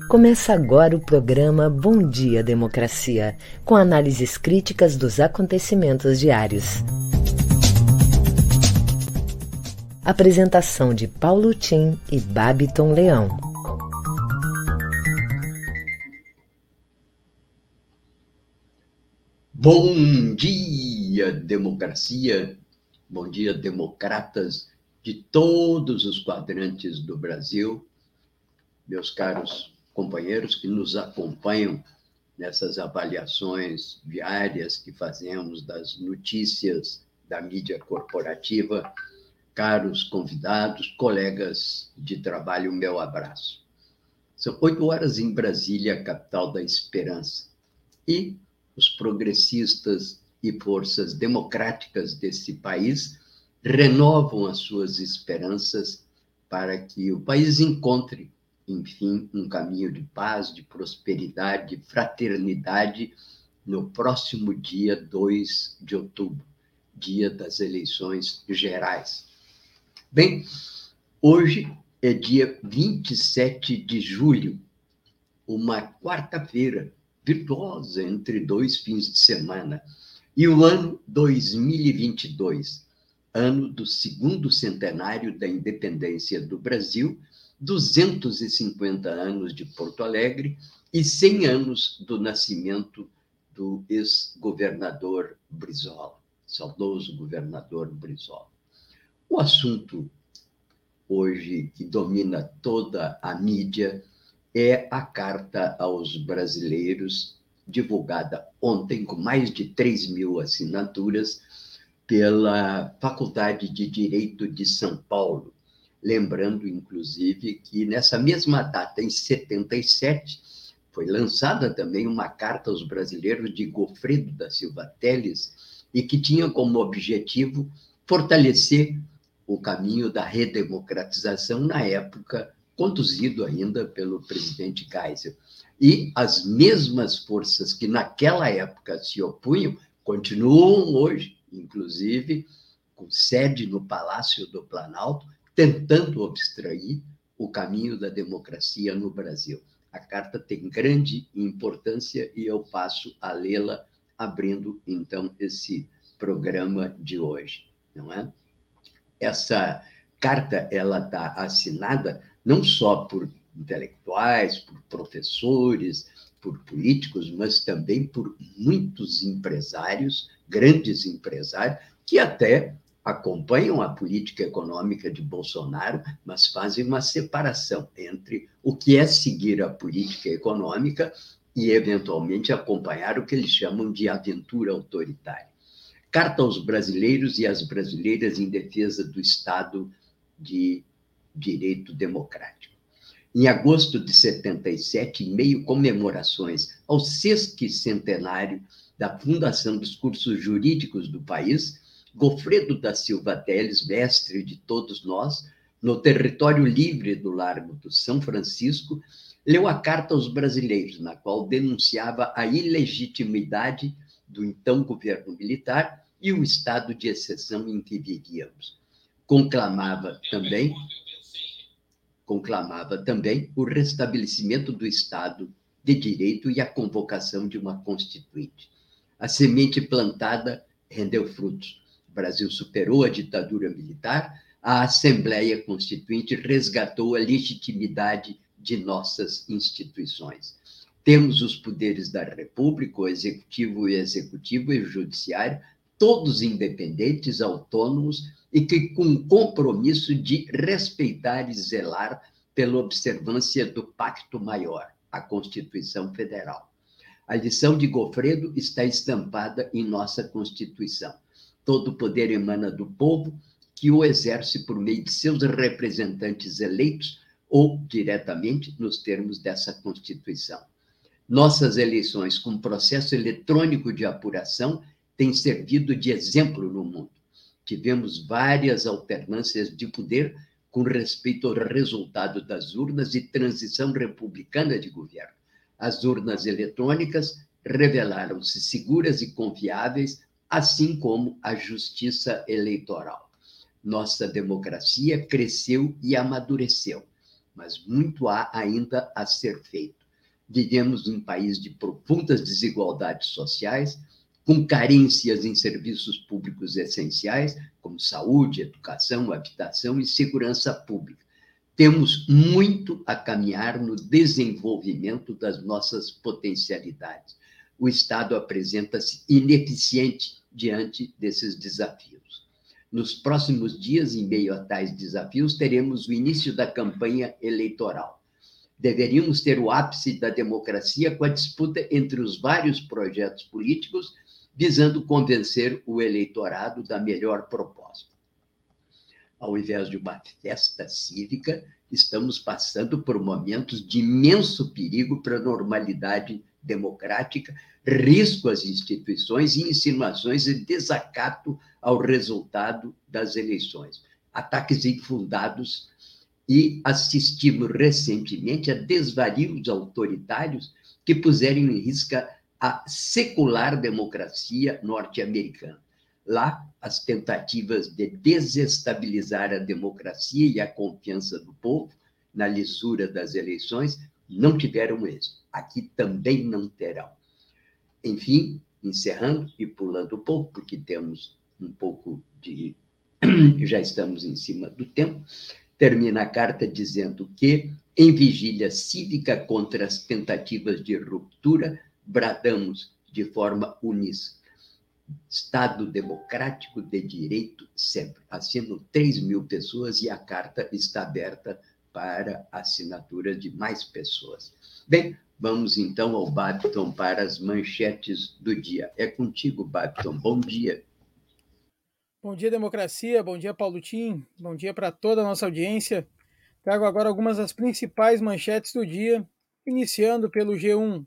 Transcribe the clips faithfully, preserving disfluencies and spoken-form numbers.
Começa agora o programa Bom Dia Democracia, com análises críticas dos acontecimentos diários. Apresentação de Paulo Tim e Babiton Leão. Bom dia, democracia! Bom dia, democratas de todos os quadrantes do Brasil, meus caros companheiros que nos acompanham nessas avaliações diárias que fazemos das notícias da mídia corporativa, caros convidados, colegas de trabalho, meu abraço. São oito horas em Brasília, capital da esperança, e os progressistas e forças democráticas desse país renovam as suas esperanças para que o país encontre, enfim, um caminho de paz, de prosperidade, de fraternidade no próximo dia dois de outubro, dia das eleições gerais. Bem, hoje é dia vinte e sete de julho, uma quarta-feira, virtuosa entre dois fins de semana, e o ano dois mil e vinte e dois, ano do segundo centenário da independência do Brasil, duzentos e cinquenta anos de Porto Alegre e cem anos do nascimento do ex-governador Brizola, saudoso governador Brizola. O assunto hoje que domina toda a mídia é a Carta aos Brasileiros, divulgada ontem com mais de três mil assinaturas pela Faculdade de Direito de São Paulo. Lembrando, inclusive, que nessa mesma data, em setenta e sete, foi lançada também uma Carta aos Brasileiros de Goffredo da Silva Telles e que tinha como objetivo fortalecer o caminho da redemocratização na época, conduzido ainda pelo presidente Geisel. E as mesmas forças que naquela época se opunham continuam hoje, inclusive com sede no Palácio do Planalto, tentando obstruir o caminho da democracia no Brasil. A carta tem grande importância e eu passo a lê-la abrindo, então, esse programa de hoje, não é? Essa carta ela está assinada não só por intelectuais, por professores, por políticos, mas também por muitos empresários, grandes empresários, que até acompanham a política econômica de Bolsonaro, mas fazem uma separação entre o que é seguir a política econômica e, eventualmente, acompanhar o que eles chamam de aventura autoritária. Carta aos brasileiros e às brasileiras em defesa do Estado de Direito Democrático. Em agosto de setenta e sete, em meio a comemorações ao sesquicentenário da fundação dos cursos jurídicos do país, Goffredo da Silva Telles, mestre de todos nós, no território livre do Largo do São Francisco, leu a Carta aos Brasileiros, na qual denunciava a ilegitimidade do então governo militar e o estado de exceção em que vivíamos. Conclamava também, conclamava também o restabelecimento do Estado de Direito e a convocação de uma Constituinte. A semente plantada rendeu frutos. O Brasil superou a ditadura militar, a Assembleia Constituinte resgatou a legitimidade de nossas instituições. Temos os poderes da República, o Executivo, o Executivo e o Judiciário, todos independentes, autônomos e que com compromisso de respeitar e zelar pela observância do Pacto Maior, a Constituição Federal. A lição de Goffredo está estampada em nossa Constituição. Todo poder emana do povo, que o exerce por meio de seus representantes eleitos ou diretamente nos termos dessa Constituição. Nossas eleições com processo eletrônico de apuração têm servido de exemplo no mundo. Tivemos várias alternâncias de poder com respeito ao resultado das urnas e transição republicana de governo. As urnas eletrônicas revelaram-se seguras e confiáveis, assim como a justiça eleitoral. Nossa democracia cresceu e amadureceu, mas muito há ainda a ser feito. Vivemos em um país de profundas desigualdades sociais, com carências em serviços públicos essenciais, como saúde, educação, habitação e segurança pública. Temos muito a caminhar no desenvolvimento das nossas potencialidades. O Estado apresenta-se ineficiente diante desses desafios. Nos próximos dias, em meio a tais desafios, teremos o início da campanha eleitoral. Deveríamos ter o ápice da democracia com a disputa entre os vários projetos políticos, visando convencer o eleitorado da melhor proposta. Ao invés de uma festa cívica, estamos passando por momentos de imenso perigo para a normalidade democrática, risco às instituições e insinuações de desacato ao resultado das eleições, ataques infundados, e assistimos recentemente a desvarios autoritários que puseram em risco a secular democracia norte-americana. Lá, as tentativas de desestabilizar a democracia e a confiança do povo na lisura das eleições não tiveram êxito. Aqui também não terão. Enfim, encerrando e pulando um pouco, porque temos um pouco de... já estamos em cima do tempo, termina a carta dizendo que, em vigília cívica contra as tentativas de ruptura, bradamos de forma uníssona: Estado democrático de direito sempre. Assinam três mil pessoas e a carta está aberta para assinatura de mais pessoas. Bem, vamos então ao Babiton para as manchetes do dia. É contigo, Babiton. Bom dia. Bom dia, democracia. Bom dia, Paulo Tim. Bom dia para toda a nossa audiência. Trago agora algumas das principais manchetes do dia, iniciando pelo G um.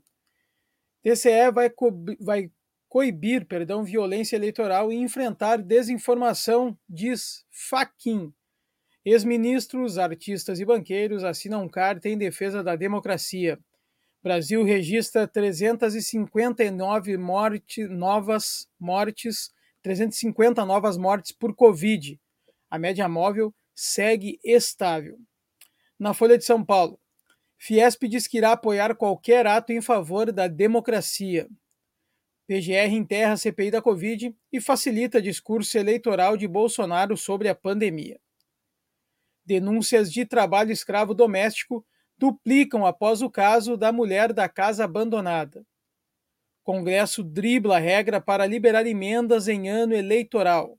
T C E vai, co vai coibir perdão, violência eleitoral e enfrentar desinformação, diz Fachin. Ex-ministros, artistas e banqueiros assinam carta em defesa da democracia. Brasil registra trezentas e cinquenta e nove morte, novas mortes, trezentas e cinquenta novas mortes por Covid. A média móvel segue estável. Na Folha de São Paulo, Fiesp diz que irá apoiar qualquer ato em favor da democracia. P G R enterra a C P I da Covid e facilita discurso eleitoral de Bolsonaro sobre a pandemia. Denúncias de trabalho escravo doméstico duplicam após o caso da mulher da casa abandonada. Congresso dribla a regra para liberar emendas em ano eleitoral.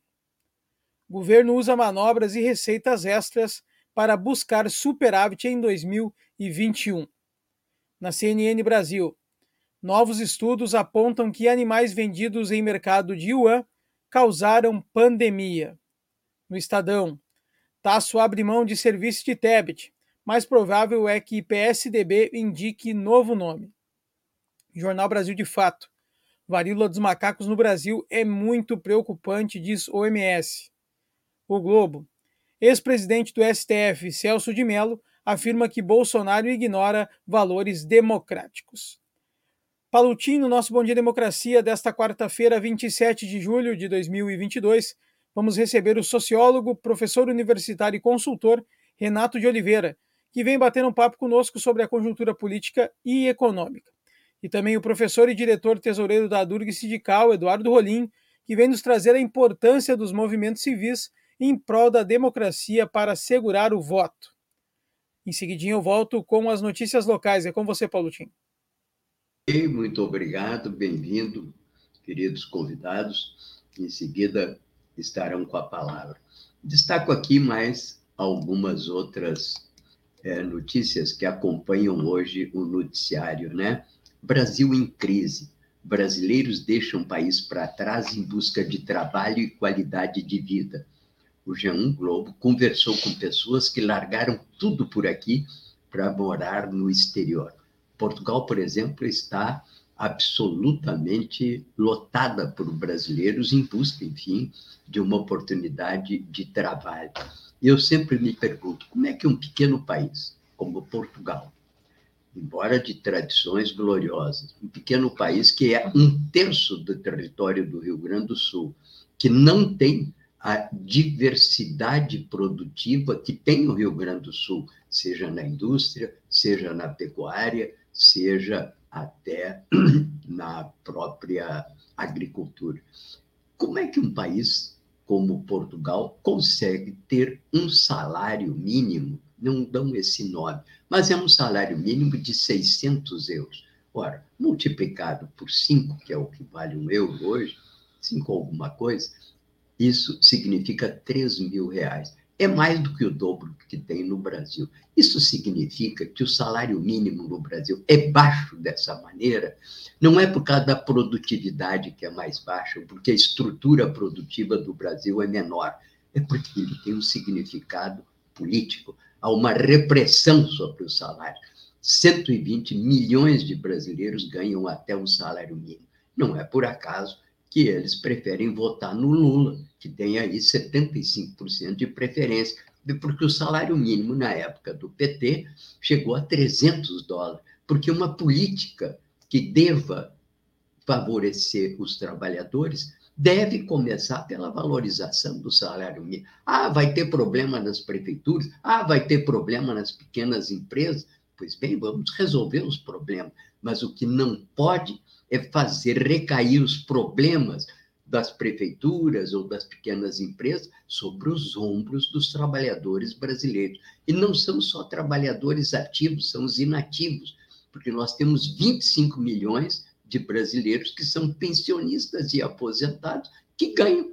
Governo usa manobras e receitas extras para buscar superávit em dois mil e vinte e um. Na C N N Brasil, novos estudos apontam que animais vendidos em mercado de Wuhan causaram pandemia. No Estadão, Tasso abre mão de serviço de Tebet. Mais provável é que P S D B indique novo nome. Jornal Brasil de Fato. Varíola dos macacos no Brasil é muito preocupante, diz O M S. O Globo. Ex-presidente do S T F, Celso de Mello, afirma que Bolsonaro ignora valores democráticos. Palutim, no nosso Bom Dia Democracia desta quarta-feira, vinte e sete de julho de dois mil e vinte e dois, vamos receber o sociólogo, professor universitário e consultor Renato de Oliveira, que vem bater um papo conosco sobre a conjuntura política e econômica. E também o professor e diretor tesoureiro da Durg Sindical, Eduardo Rolim, que vem nos trazer a importância dos movimentos civis em prol da democracia para assegurar o voto. Em seguidinho eu volto com as notícias locais. É com você, Paulo Tim. Muito obrigado, bem-vindo, queridos convidados. Em seguida estarão com a palavra. Destaco aqui mais algumas outras é, notícias que acompanham hoje o noticiário, né? Brasil em crise. Brasileiros deixam o país para trás em busca de trabalho e qualidade de vida. O G um Globo conversou com pessoas que largaram tudo por aqui para morar no exterior. Portugal, por exemplo, está absolutamente lotada por brasileiros em busca, enfim, de uma oportunidade de trabalho. E eu sempre me pergunto, como é que um pequeno país como Portugal, embora de tradições gloriosas, um pequeno país que é um terço do território do Rio Grande do Sul, que não tem a diversidade produtiva que tem o Rio Grande do Sul, seja na indústria, seja na pecuária, seja até na própria agricultura. Como é que um país como Portugal consegue ter um salário mínimo? Não dão esse nome, mas é um salário mínimo de seiscentos euros. Ora, multiplicado por cinco, que é o que vale um euro hoje, cinco alguma coisa, isso significa três mil reais. É mais do que o dobro que tem no Brasil. Isso significa que o salário mínimo no Brasil é baixo dessa maneira, não é por causa da produtividade que é mais baixa, ou porque a estrutura produtiva do Brasil é menor, é porque ele tem um significado político, há uma repressão sobre o salário. cento e vinte milhões de brasileiros ganham até um salário mínimo. Não é por acaso que eles preferem votar no Lula, que tem aí setenta e cinco por cento de preferência, porque o salário mínimo na época do P T chegou a trezentos dólares, porque uma política que deva favorecer os trabalhadores deve começar pela valorização do salário mínimo. Ah, vai ter problema nas prefeituras? Ah, vai ter problema nas pequenas empresas? Pois bem, vamos resolver os problemas, mas o que não pode é fazer recair os problemas das prefeituras ou das pequenas empresas sobre os ombros dos trabalhadores brasileiros. E não são só trabalhadores ativos, são os inativos, porque nós temos vinte e cinco milhões de brasileiros que são pensionistas e aposentados que ganham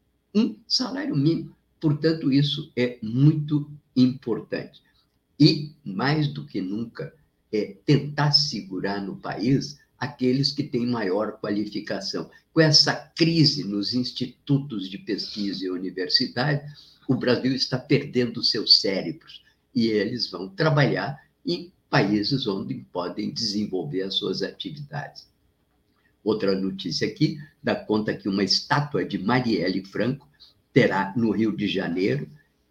um salário mínimo. Portanto, isso é muito importante. E, mais do que nunca, é tentar segurar no país aqueles que têm maior qualificação. Com essa crise nos institutos de pesquisa e universidade, o Brasil está perdendo seus cérebros e eles vão trabalhar em países onde podem desenvolver as suas atividades. Outra notícia aqui dá conta que uma estátua de Marielle Franco terá, no Rio de Janeiro,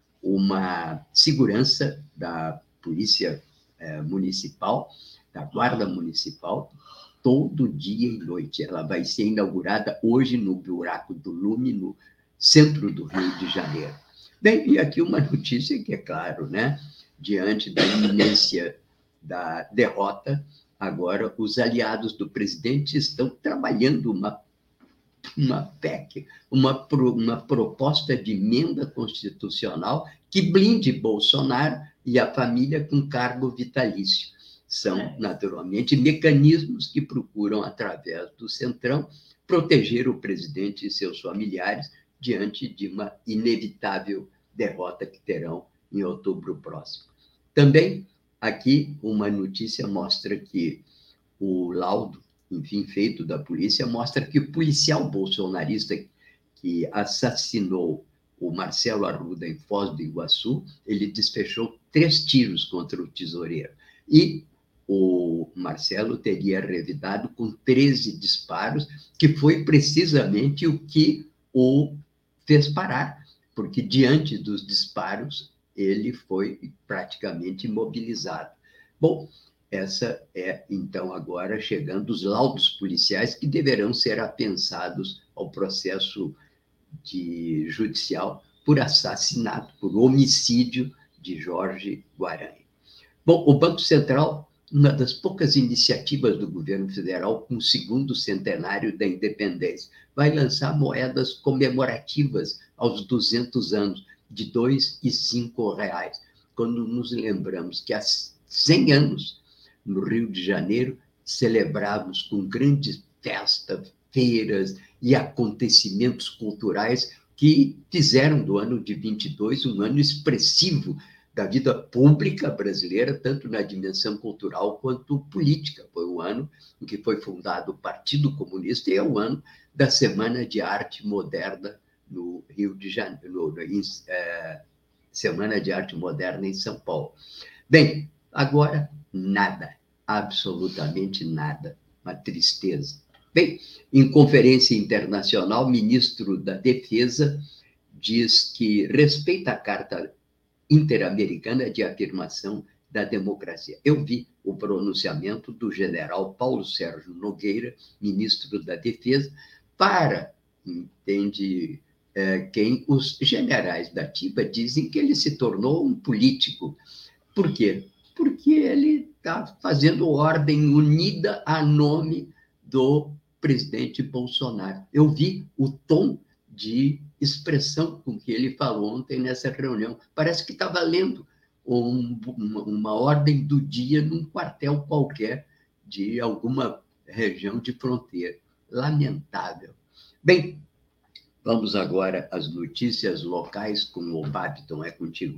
uma segurança da Polícia eh, Municipal, da Guarda Municipal, todo dia e noite. Ela vai ser inaugurada hoje no Buraco do Lume, no centro do Rio de Janeiro. Bem, e aqui uma notícia que é claro, né? Diante da iminência da derrota, agora os aliados do presidente estão trabalhando uma uma P E C, uma, uma proposta de emenda constitucional que blinde Bolsonaro e a família com cargo vitalício. São, naturalmente, mecanismos que procuram, através do Centrão, proteger o presidente e seus familiares diante de uma inevitável derrota que terão em outubro próximo. Também, aqui, uma notícia mostra que o laudo, enfim, feito da polícia, mostra que o policial bolsonarista que assassinou o Marcelo Arruda em Foz do Iguaçu, ele desfechou três tiros contra o tesoureiro. E o Marcelo teria revidado com treze disparos, que foi precisamente o que o fez parar, porque diante dos disparos ele foi praticamente imobilizado. Bom, essa é, então, agora chegando os laudos policiais que deverão ser apensados ao processo de judicial por assassinato, por homicídio de Jorge Guaranha. Bom, o Banco Central, uma das poucas iniciativas do governo federal com o segundo centenário da independência, vai lançar moedas comemorativas aos duzentos anos, de dois e cinco reais. Quando nos lembramos que há cem anos, no Rio de Janeiro, celebramos com grandes festas, feiras e acontecimentos culturais que fizeram do ano de vinte e dois um ano expressivo da vida pública brasileira, tanto na dimensão cultural quanto política. Foi o ano em que foi fundado o Partido Comunista e é o ano da Semana de Arte Moderna no Rio de Janeiro, no, no, é, Semana de Arte Moderna em São Paulo. Bem, agora nada, absolutamente nada, uma tristeza. Bem, em conferência internacional, o ministro da Defesa diz que respeita a Carta Interamericana de Afirmação da Democracia. Eu vi o pronunciamento do general Paulo Sérgio Nogueira, ministro da Defesa, para, entende, é, quem os generais da ativa dizem que ele se tornou um político. Por quê? Porque ele está fazendo ordem unida a nome do presidente Bolsonaro. Eu vi o tom de expressão com que ele falou ontem nessa reunião. Parece que estava lendo um, uma, uma ordem do dia num quartel qualquer de alguma região de fronteira. Lamentável. Bem, vamos agora às notícias locais com o Babiton. É contigo,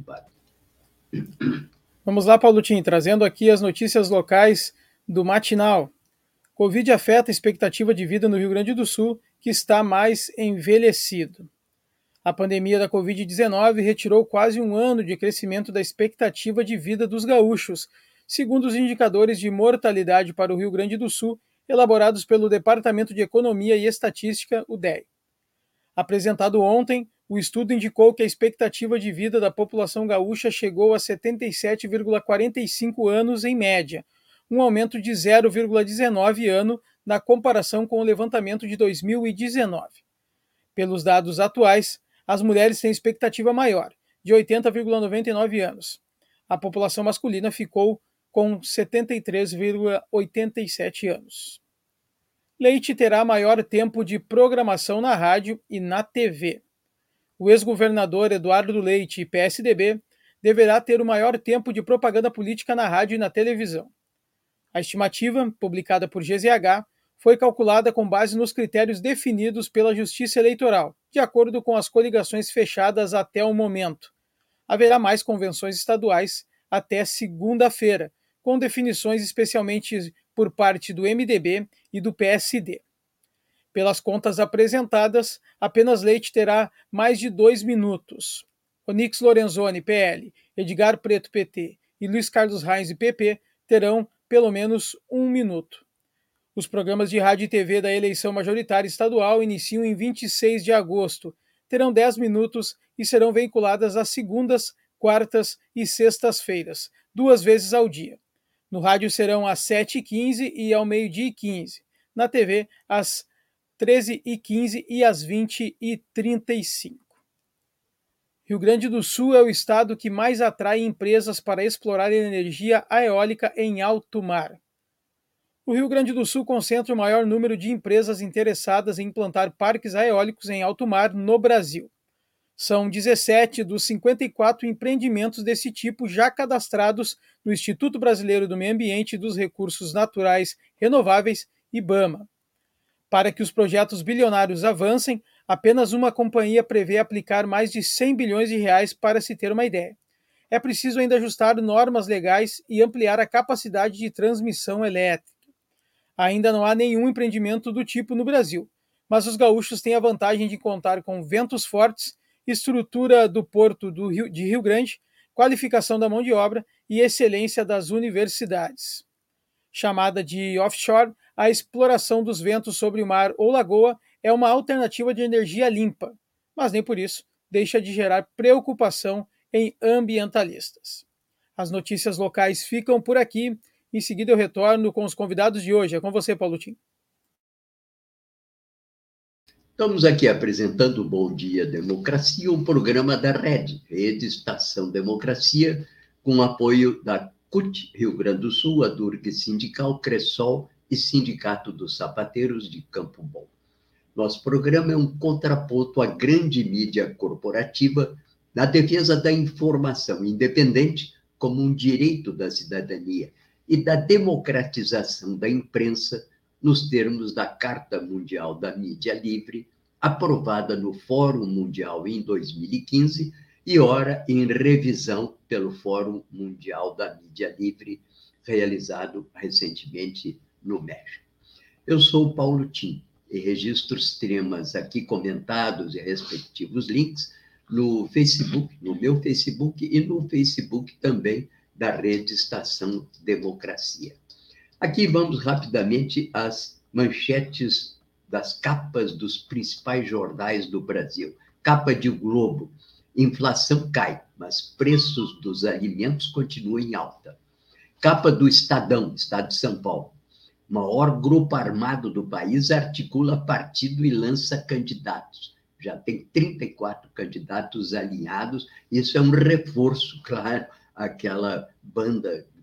Babiton. Vamos lá, Paulutinho, trazendo aqui as notícias locais do matinal. Covid afeta a expectativa de vida no Rio Grande do Sul, que está mais envelhecido. A pandemia da covid dezenove retirou quase um ano de crescimento da expectativa de vida dos gaúchos, segundo os indicadores de mortalidade para o Rio Grande do Sul, elaborados pelo Departamento de Economia e Estatística, o D E I. Apresentado ontem, o estudo indicou que a expectativa de vida da população gaúcha chegou a setenta e sete vírgula quarenta e cinco anos em média, um aumento de zero vírgula dezenove ano na comparação com o levantamento de dois mil e dezenove. Pelos dados atuais, as mulheres têm expectativa maior, de oitenta vírgula noventa e nove anos. A população masculina ficou com setenta e três vírgula oitenta e sete anos. Leite terá maior tempo de programação na rádio e na T V. O ex-governador Eduardo Leite, P S D B, deverá ter o maior tempo de propaganda política na rádio e na televisão. A estimativa, publicada por G Z H, foi calculada com base nos critérios definidos pela Justiça Eleitoral, de acordo com as coligações fechadas até o momento. Haverá mais convenções estaduais até segunda-feira, com definições especialmente por parte do M D B e do P S D. Pelas contas apresentadas, apenas Leite terá mais de dois minutos. Onix Lorenzoni, P L, Edgar Preto, P T e Luiz Carlos Reis, P P, terão pelo menos um minuto. Os programas de rádio e T V da eleição majoritária estadual iniciam em vinte e seis de agosto, terão dez minutos e serão veiculadas às segundas, quartas e sextas-feiras, duas vezes ao dia. No rádio serão às sete e quinze e ao meio-dia e quinze. Na T V, às treze e quinze e às vinte e trinta e cinco. Rio Grande do Sul é o estado que mais atrai empresas para explorar energia eólica em alto mar. O Rio Grande do Sul concentra o maior número de empresas interessadas em implantar parques eólicos em alto mar no Brasil. São dezessete dos cinquenta e quatro empreendimentos desse tipo já cadastrados no Instituto Brasileiro do Meio Ambiente e dos Recursos Naturais Renováveis, IBAMA. Para que os projetos bilionários avancem, apenas uma companhia prevê aplicar mais de cem bilhões de reais para se ter uma ideia. É preciso ainda ajustar normas legais e ampliar a capacidade de transmissão elétrica. Ainda não há nenhum empreendimento do tipo no Brasil, mas os gaúchos têm a vantagem de contar com ventos fortes, estrutura do porto do Rio, de Rio Grande, qualificação da mão de obra e excelência das universidades. Chamada de offshore, a exploração dos ventos sobre o mar ou lagoa é uma alternativa de energia limpa, mas nem por isso deixa de gerar preocupação em ambientalistas. As notícias locais ficam por aqui. Em seguida eu retorno com os convidados de hoje. É com você, Paulutinho. Estamos aqui apresentando o Bom Dia Democracia, um programa da Rede, Rede Estação Democracia, com apoio da C U T Rio Grande do Sul, a Durg Sindical, Cressol e Sindicato dos Sapateiros de Campo Bom. Nosso programa é um contraponto à grande mídia corporativa na defesa da informação independente como um direito da cidadania e da democratização da imprensa nos termos da Carta Mundial da Mídia Livre, aprovada no Fórum Mundial em dois mil e quinze e ora em revisão pelo Fórum Mundial da Mídia Livre, realizado recentemente no México. Eu sou o Paulo Tim e registro os temas aqui comentados e respectivos links no Facebook, no meu Facebook e no Facebook também da Rede Estação Democracia. Aqui vamos rapidamente às manchetes das capas dos principais jornais do Brasil. Capa de O Globo. Inflação cai, mas preços dos alimentos continuam em alta. Capa do Estadão, Estado de São Paulo. Maior grupo armado do país articula partido e lança candidatos. Já tem trinta e quatro candidatos alinhados. Isso é um reforço, claro, àquela banda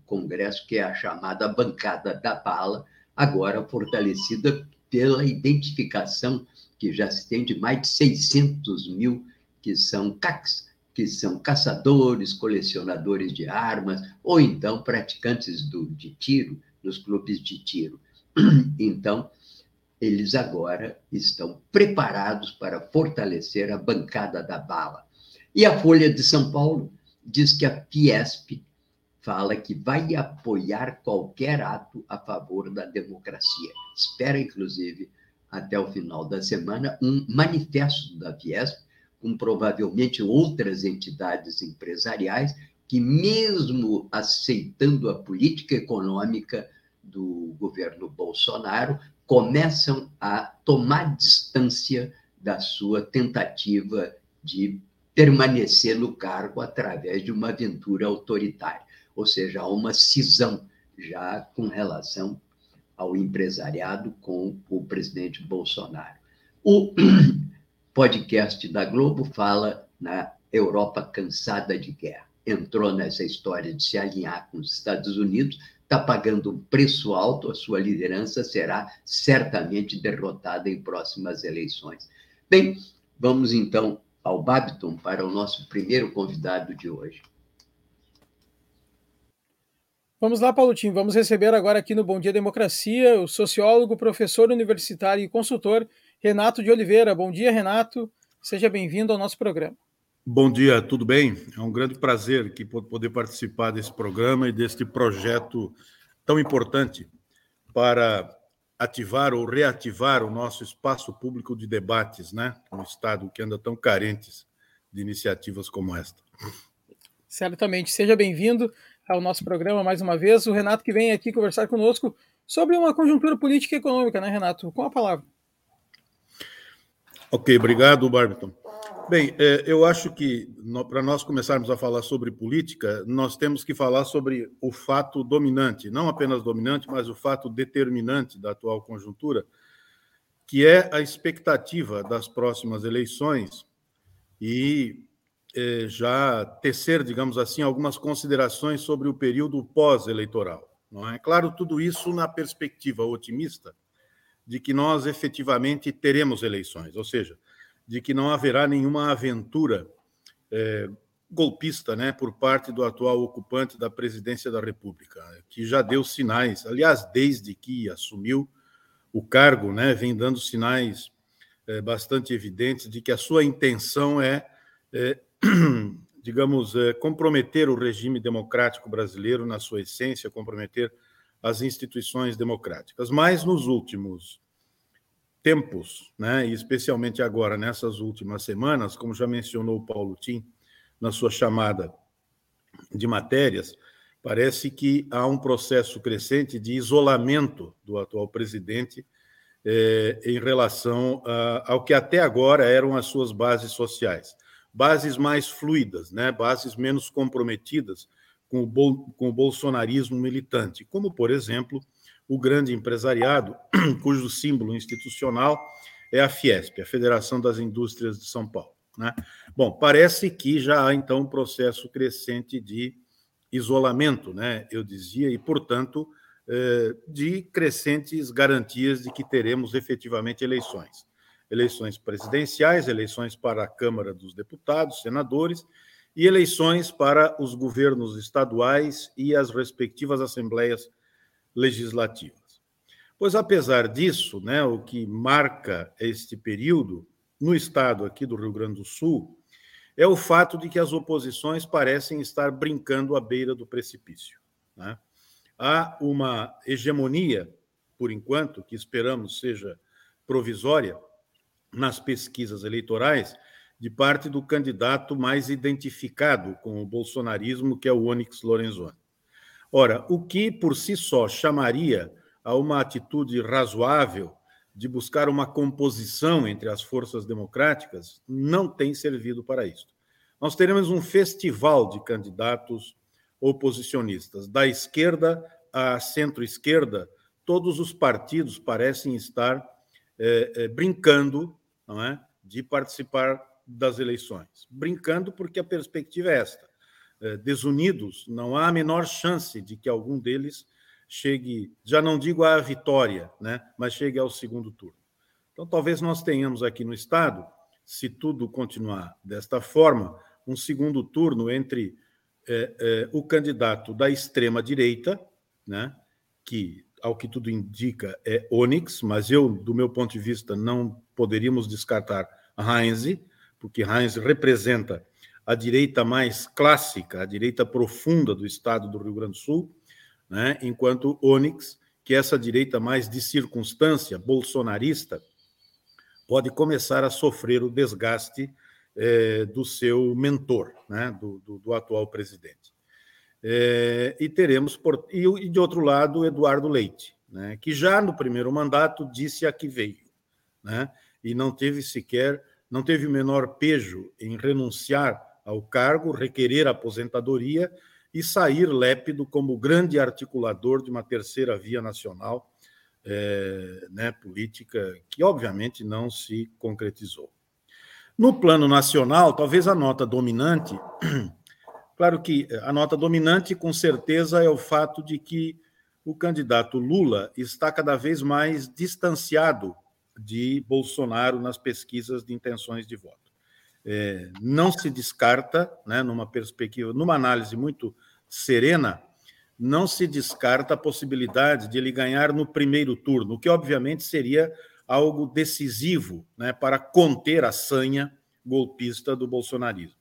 Congresso, que é a chamada bancada da bala, agora fortalecida pela identificação que já se tem de mais de seiscentos mil que são C A Cs, que são caçadores, colecionadores de armas, ou então praticantes do, de tiro, nos clubes de tiro. Então, eles agora estão preparados para fortalecer a bancada da bala. E a Folha de São Paulo diz que a Fiesp fala que vai apoiar qualquer ato a favor da democracia. Espera, inclusive, até o final da semana, um manifesto da Fiesp, com provavelmente outras entidades empresariais, que, mesmo aceitando a política econômica do governo Bolsonaro, começam a tomar distância da sua tentativa de permanecer no cargo através de uma aventura autoritária. Ou seja, há uma cisão já com relação ao empresariado com o presidente Bolsonaro. O podcast da Globo fala na Europa cansada de guerra. Entrou nessa história de se alinhar com os Estados Unidos, está pagando um preço alto, a sua liderança será certamente derrotada em próximas eleições. Bem, vamos então ao Babiton para o nosso primeiro convidado de hoje. Vamos lá, Paulotinho. Vamos receber agora aqui no Bom Dia Democracia o sociólogo, professor universitário e consultor Renato de Oliveira. Bom dia, Renato. Seja bem-vindo ao nosso programa. Bom dia, tudo bem? É um grande prazer aqui poder participar desse programa e deste projeto tão importante para ativar ou reativar o nosso espaço público de debates, né? No Estado que anda tão carentes de iniciativas como esta. Certamente. Seja bem-vindo ao nosso programa mais uma vez. O Renato que vem aqui conversar conosco sobre uma conjuntura política e econômica, né, Renato? Com a palavra. Ok, obrigado, Barbiton. Bem, eu acho que para nós começarmos a falar sobre política, nós temos que falar sobre o fato dominante, não apenas dominante, mas o fato determinante da atual conjuntura, que é a expectativa das próximas eleições e eh, já tecer, digamos assim, algumas considerações sobre o período pós-eleitoral. Não é? Claro, tudo isso na perspectiva otimista de que nós efetivamente teremos eleições, ou seja, de que não haverá nenhuma aventura é, golpista, né, por parte do atual ocupante da presidência da República, que já deu sinais, aliás, desde que assumiu o cargo, né, vem dando sinais é, bastante evidentes de que a sua intenção é, é digamos, é, comprometer o regime democrático brasileiro na sua essência, comprometer as instituições democráticas. Mas nos últimos tempos, né, e especialmente agora, nessas últimas semanas, como já mencionou o Paulo Tim na sua chamada de matérias, parece que há um processo crescente de isolamento do atual presidente eh, em relação a, ao que até agora eram as suas bases sociais. Bases mais fluidas, né, bases menos comprometidas com o, bol, com o bolsonarismo militante, como, por exemplo, o grande empresariado, cujo símbolo institucional é a Fiesp, a Federação das Indústrias de São Paulo. Né? Bom, parece que já há, então, um processo crescente de isolamento, né, eu dizia, e, portanto, de crescentes garantias de que teremos efetivamente eleições. Eleições presidenciais, eleições para a Câmara dos Deputados, senadores, e eleições para os governos estaduais e as respectivas assembleias legislativas. Pois, apesar disso, né, o que marca este período, no estado aqui do Rio Grande do Sul, é o fato de que as oposições parecem estar brincando à beira do precipício. Né? Há uma hegemonia, por enquanto, que esperamos seja provisória, nas pesquisas eleitorais, de parte do candidato mais identificado com o bolsonarismo, que é o Onyx Lorenzoni. Ora, o que por si só chamaria a uma atitude razoável de buscar uma composição entre as forças democráticas não tem servido para isso. Nós teremos um festival de candidatos oposicionistas. Da esquerda à centro-esquerda, todos os partidos parecem estar é, é, brincando, não é, de participar das eleições. Brincando porque a perspectiva é esta. desunidos, não há a menor chance de que algum deles chegue, já não digo à vitória, né, mas chegue ao segundo turno. Então, talvez nós tenhamos aqui no Estado, se tudo continuar desta forma, um segundo turno entre é, é, o candidato da extrema-direita, né, que, ao que tudo indica, é Onyx, mas eu, do meu ponto de vista, não poderíamos descartar Heinz, porque Heinz representa a direita mais clássica, a direita profunda do Estado do Rio Grande do Sul, né, enquanto Onyx, que é essa direita mais de circunstância, bolsonarista, pode começar a sofrer o desgaste eh, do seu mentor, né, do, do, do atual presidente. Eh, e teremos, por, e, e de outro lado, Eduardo Leite, né, que já no primeiro mandato disse a que veio, né, e não teve sequer, não teve o menor pejo em renunciar ao cargo, requerer aposentadoria e sair lépido como grande articulador de uma terceira via nacional, É, né, política, que obviamente não se concretizou. No plano nacional, talvez a nota dominante, claro que a nota dominante, com certeza, é o fato de que o candidato Lula está cada vez mais distanciado de Bolsonaro nas pesquisas de intenções de voto. É, não se descarta, né, numa perspectiva, numa análise muito serena, não se descarta a possibilidade de ele ganhar no primeiro turno, o que obviamente seria algo decisivo, né, para conter a sanha golpista do bolsonarismo.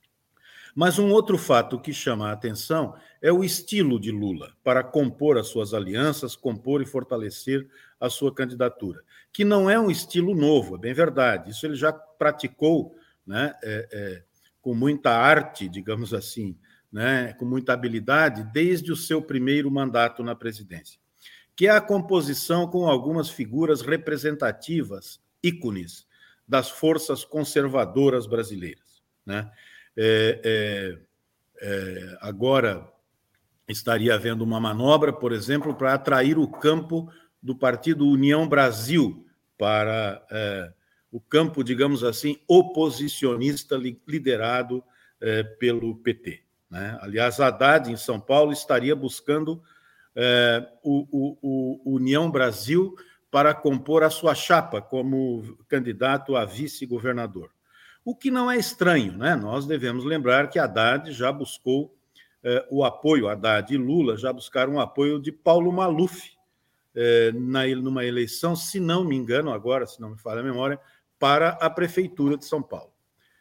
Mas um outro fato que chama a atenção é o estilo de Lula para compor as suas alianças, compor e fortalecer a sua candidatura, que não é um estilo novo, é bem verdade, isso ele já praticou, né, é, é, com muita arte, digamos assim, né, com muita habilidade, desde o seu primeiro mandato na presidência, que é a composição com algumas figuras representativas, ícones das forças conservadoras brasileiras, né? É, é, é, agora estaria havendo uma manobra, por exemplo, para atrair o campo do Partido União Brasil para é, o campo, digamos assim, oposicionista liderado é, pelo P T. Né? Aliás, Haddad, em São Paulo, estaria buscando é, o, o, o União Brasil para compor a sua chapa como candidato a vice-governador. O que não é estranho, né? Nós devemos lembrar que Haddad já buscou eh, o apoio, Haddad e Lula já buscaram o apoio de Paulo Maluf eh, na, numa eleição, se não me engano, agora, se não me falha a memória, para a Prefeitura de São Paulo.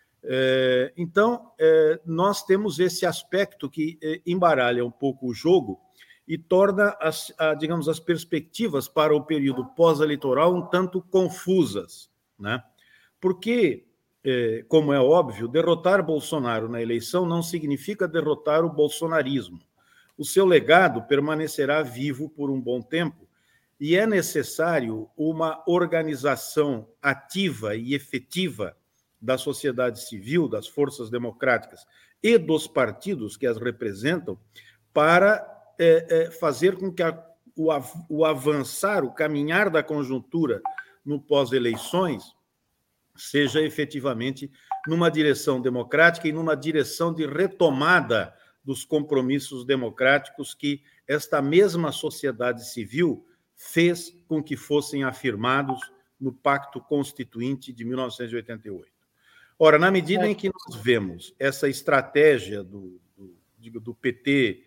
Eh, então, eh, nós temos esse aspecto que eh, embaralha um pouco o jogo e torna, as, a, digamos, as perspectivas para o período pós-eleitoral um tanto confusas, né? Porque, como é óbvio, derrotar Bolsonaro na eleição não significa derrotar o bolsonarismo. O seu legado permanecerá vivo por um bom tempo e é necessário uma organização ativa e efetiva da sociedade civil, das forças democráticas e dos partidos que as representam para é, é, fazer com que a, o, o avançar, o caminhar da conjuntura no pós-eleições seja efetivamente numa direção democrática e numa direção de retomada dos compromissos democráticos que esta mesma sociedade civil fez com que fossem afirmados no Pacto Constituinte de mil novecentos e oitenta e oito. Ora, na medida em que nós vemos essa estratégia do, do, do P T,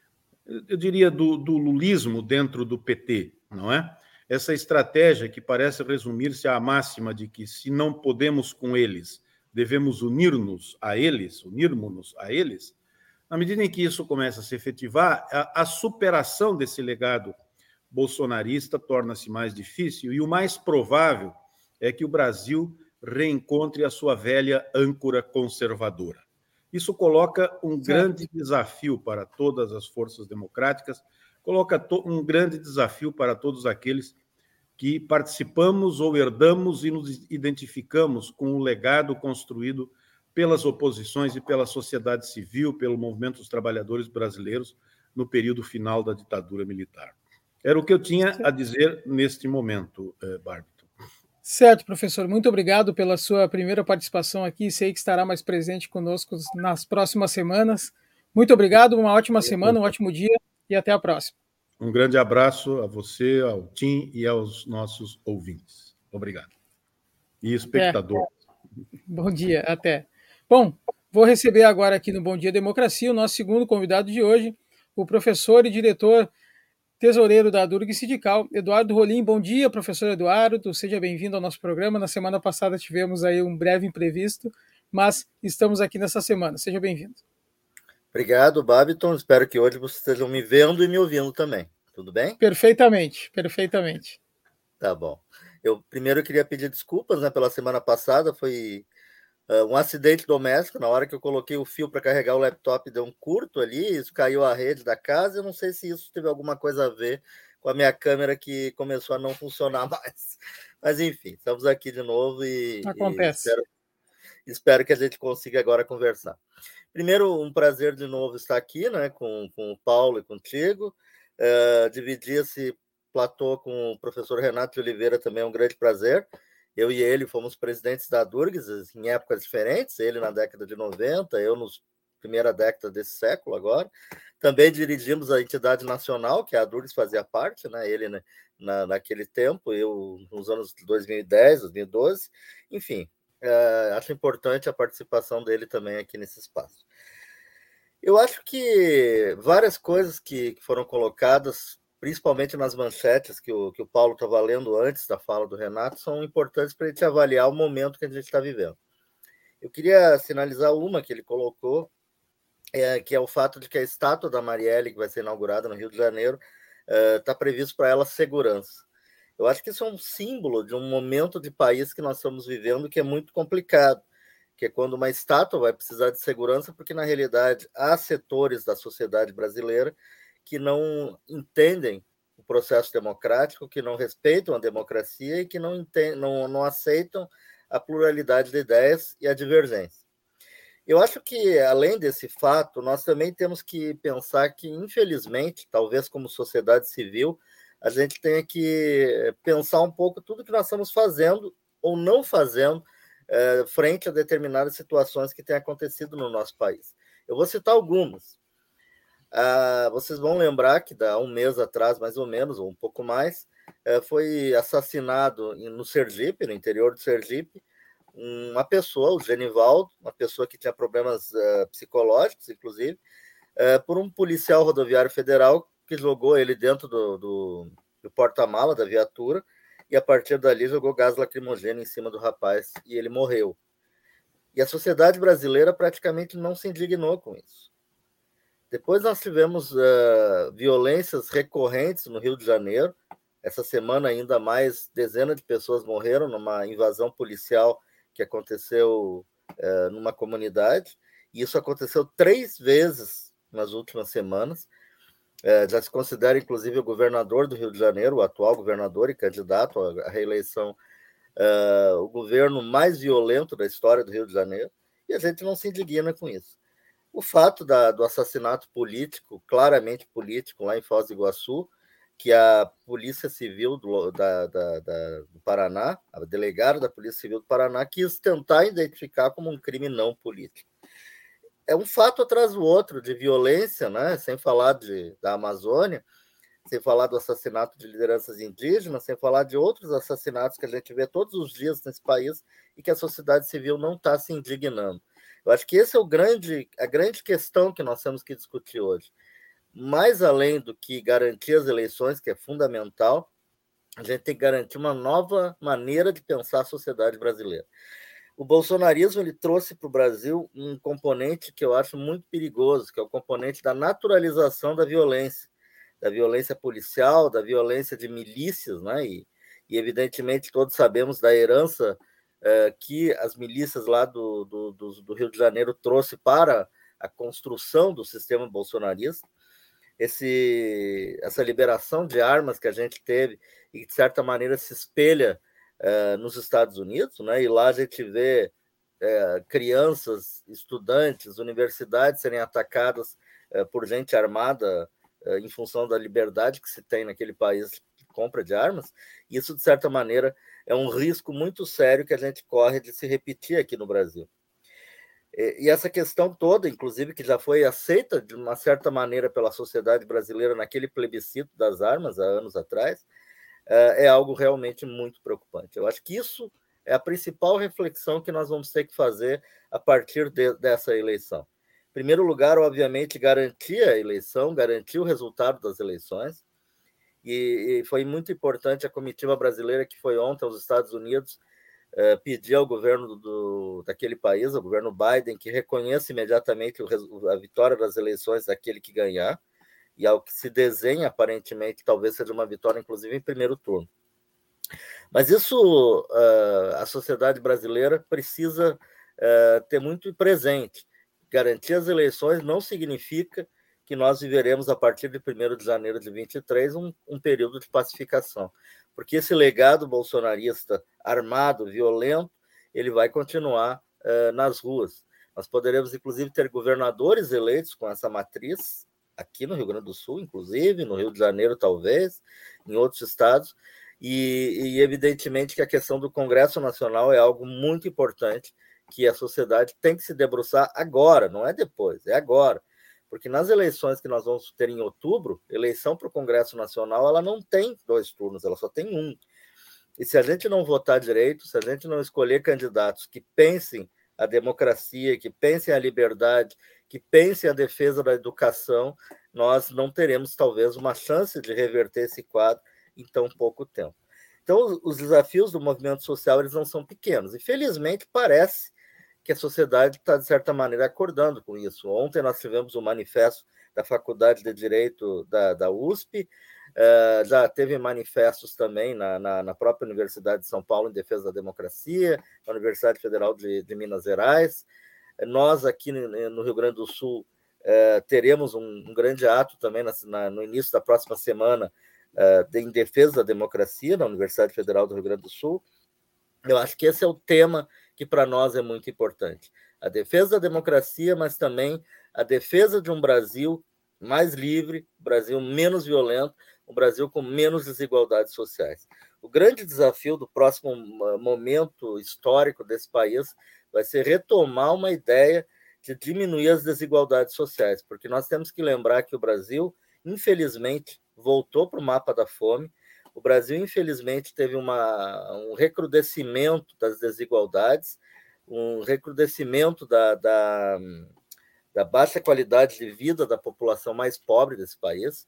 eu diria do, do lulismo dentro do P T, não é? Essa estratégia que parece resumir-se à máxima de que se não podemos com eles, devemos unir-nos a eles, unirmos-nos a eles, na medida em que isso começa a se efetivar, a, a superação desse legado bolsonarista torna-se mais difícil e o mais provável é que o Brasil reencontre a sua velha âncora conservadora. Isso coloca um grande desafio para todas as forças democráticas, coloca um grande desafio para todos aqueles que participamos ou herdamos e nos identificamos com o legado construído pelas oposições e pela sociedade civil, pelo movimento dos trabalhadores brasileiros no período final da ditadura militar. Era o que eu tinha a dizer neste momento, Bárbara. Certo, professor. Muito obrigado pela sua primeira participação aqui. Sei que estará mais presente conosco nas próximas semanas. Muito obrigado, uma ótima semana, um ótimo dia e até a próxima. Um grande abraço a você, ao Tim e aos nossos ouvintes. Obrigado. E espectadores. É. Bom dia, até. Bom, vou receber agora aqui no Bom Dia Democracia o nosso segundo convidado de hoje, o professor e diretor tesoureiro da Durg Sindical, Eduardo Rolim. Bom dia, professor Eduardo, seja bem-vindo ao nosso programa. Na semana passada tivemos aí um breve imprevisto, mas estamos aqui nessa semana. Seja bem-vindo. Obrigado, Babiton. Espero que hoje vocês estejam me vendo e me ouvindo também. Tudo bem? Perfeitamente, perfeitamente. Tá bom. Eu primeiro eu queria pedir desculpas, né, pela semana passada, foi uh, um acidente doméstico. Na hora que eu coloquei o fio para carregar o laptop, deu um curto ali, isso caiu a rede da casa. Eu não sei se isso teve alguma coisa a ver com a minha câmera que começou a não funcionar mais. Mas enfim, estamos aqui de novo e, Acontece. e espero, espero que a gente consiga agora conversar. Primeiro, um prazer de novo estar aqui, né, com, com o Paulo e contigo. Uh, dividir esse platô com o professor Renato de Oliveira também é um grande prazer. Eu e ele fomos presidentes da Durgs em épocas diferentes, ele na década de noventa, eu na primeira década desse século agora. Também dirigimos a entidade nacional, que a Durgs fazia parte, né, ele né, na, naquele tempo, eu nos anos dois mil e dez, dois mil e doze, enfim. Uh, acho importante a participação dele também aqui nesse espaço. Eu acho que várias coisas que, que foram colocadas, principalmente nas manchetes que o, que o Paulo estava lendo antes da fala do Renato, são importantes para a gente avaliar o momento que a gente está vivendo. Eu queria sinalizar uma que ele colocou, é, que é o fato de que a estátua da Marielle, que vai ser inaugurada no Rio de Janeiro, está uh, previsto para ela segurança. Eu acho que isso é um símbolo de um momento de país que nós estamos vivendo que é muito complicado, que é quando uma estátua vai precisar de segurança, porque, na realidade, há setores da sociedade brasileira que não entendem o processo democrático, que não respeitam a democracia e que não, entendem, não, não aceitam a pluralidade de ideias e a divergência. Eu acho que, além desse fato, nós também temos que pensar que, infelizmente, talvez como sociedade civil, a gente tenha que pensar um pouco tudo que nós estamos fazendo ou não fazendo é, frente a determinadas situações que têm acontecido no nosso país. Eu vou citar algumas. Ah, vocês vão lembrar que, há um mês atrás, mais ou menos, ou um pouco mais, é, foi assassinado no Sergipe, no interior do Sergipe, uma pessoa, o Genivaldo, uma pessoa que tinha problemas uh, psicológicos, inclusive, uh, por um policial rodoviário federal que jogou ele dentro do, do, do porta-mala da viatura e, a partir dali, jogou gás lacrimogêneo em cima do rapaz e ele morreu. E a sociedade brasileira praticamente não se indignou com isso. Depois nós tivemos uh, violências recorrentes no Rio de Janeiro. Essa semana, ainda mais, dezenas de pessoas morreram numa invasão policial que aconteceu uh, numa comunidade. E isso aconteceu três vezes nas últimas semanas. Uh, já se considera, inclusive, o governador do Rio de Janeiro, o atual governador e candidato à reeleição, uh, o governo mais violento da história do Rio de Janeiro. E a gente não se indigna com isso. O fato da, do assassinato político, claramente político, lá em Foz do Iguaçu, que a Polícia Civil do, da, da, da, do Paraná, a delegada da Polícia Civil do Paraná, quis tentar identificar como um crime não político. É um fato atrás do outro de violência, né? Sem falar de, da Amazônia, sem falar do assassinato de lideranças indígenas, sem falar de outros assassinatos que a gente vê todos os dias nesse país e que a sociedade civil não está se indignando. Eu acho que esse é o grande, a grande questão que nós temos que discutir hoje. Mais além do que garantir as eleições, que é fundamental, a gente tem que garantir uma nova maneira de pensar a sociedade brasileira. O bolsonarismo ele trouxe para o Brasil um componente que eu acho muito perigoso, que é o componente da naturalização da violência, da violência policial, da violência de milícias, né? E, e evidentemente todos sabemos da herança Uh, que as milícias lá do, do, do, do Rio de Janeiro trouxe para a construção do sistema bolsonarista, esse, essa liberação de armas que a gente teve e que, de certa maneira, se espelha uh, nos Estados Unidos, né? E lá a gente vê uh, crianças, estudantes, universidades serem atacadas uh, por gente armada uh, em função da liberdade que se tem naquele país de compra de armas. Isso, de certa maneira, é um risco muito sério que a gente corre de se repetir aqui no Brasil. E essa questão toda, inclusive, que já foi aceita de uma certa maneira pela sociedade brasileira naquele plebiscito das armas, há anos atrás, é algo realmente muito preocupante. Eu acho que isso é a principal reflexão que nós vamos ter que fazer a partir de, dessa eleição. Em primeiro lugar, obviamente, garantir a eleição, garantir o resultado das eleições, e, e foi muito importante a comitiva brasileira que foi ontem aos Estados Unidos Uh, pedir ao governo do, daquele país, ao governo Biden, que reconheça imediatamente o, a vitória das eleições daquele que ganhar, e ao que se desenha, aparentemente, talvez seja uma vitória, inclusive, em primeiro turno. Mas isso uh, a sociedade brasileira precisa uh, ter muito presente. Garantir as eleições não significa que nós viveremos, a partir de primeiro de janeiro de vinte e três, um, um período de pacificação. Porque esse legado bolsonarista armado, violento, ele vai continuar uh, nas ruas. Nós poderemos, inclusive, ter governadores eleitos com essa matriz, aqui no Rio Grande do Sul, inclusive, no Rio de Janeiro, talvez, em outros estados, e, e evidentemente que a questão do Congresso Nacional é algo muito importante, que a sociedade tem que se debruçar agora, não é depois, é agora. Porque nas eleições que nós vamos ter em outubro, eleição para o Congresso Nacional, ela não tem dois turnos, ela só tem um. E se a gente não votar direito, se a gente não escolher candidatos que pensem a democracia, que pensem a liberdade, que pensem a defesa da educação, nós não teremos, talvez, uma chance de reverter esse quadro em tão pouco tempo. Então, os desafios do movimento social, eles não são pequenos. E, felizmente, parece que a sociedade está, de certa maneira, acordando com isso. Ontem nós tivemos um manifesto da Faculdade de Direito da, da U S P, uh, já teve manifestos também na, na, na própria Universidade de São Paulo em defesa da democracia, na Universidade Federal de, de Minas Gerais. Nós, aqui no, no Rio Grande do Sul, uh, teremos um, um grande ato também na, na, no início da próxima semana uh, de, em defesa da democracia na Universidade Federal do Rio Grande do Sul. Eu acho que esse é o tema que para nós é muito importante. A defesa da democracia, mas também a defesa de um Brasil mais livre, um Brasil menos violento, um Brasil com menos desigualdades sociais. O grande desafio do próximo momento histórico desse país vai ser retomar uma ideia de diminuir as desigualdades sociais, porque nós temos que lembrar que o Brasil, infelizmente, voltou para o mapa da fome. O Brasil, infelizmente, teve uma, um recrudescimento das desigualdades, um recrudescimento da, da, da baixa qualidade de vida da população mais pobre desse país,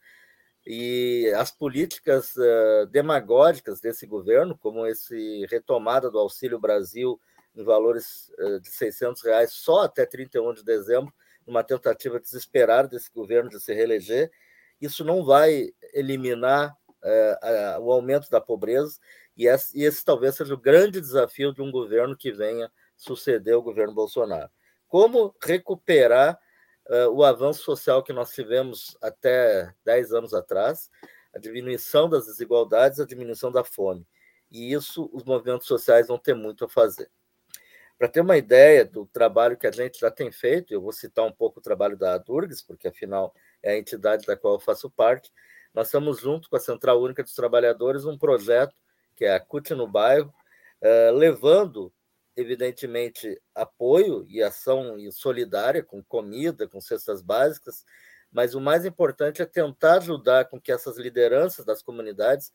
e as políticas uh, demagógicas desse governo, como esse retomada do Auxílio Brasil em valores uh, de seiscentos reais só até trinta e um de dezembro, numa tentativa desesperada desse governo de se reeleger, isso não vai eliminar Uh, uh, o aumento da pobreza, e esse, e esse talvez seja o grande desafio de um governo que venha suceder o governo Bolsonaro. Como recuperar uh, o avanço social que nós tivemos até dez anos atrás, a diminuição das desigualdades, a diminuição da fome. E isso os movimentos sociais vão ter muito a fazer. Para ter uma ideia do trabalho que a gente já tem feito, eu vou citar um pouco o trabalho da Durgs, porque afinal é a entidade da qual eu faço parte. Nós estamos junto com a Central Única dos Trabalhadores um projeto que é a C U T no Bairro, uh, levando, evidentemente, apoio e ação solidária, com comida, com cestas básicas, mas o mais importante é tentar ajudar com que essas lideranças das comunidades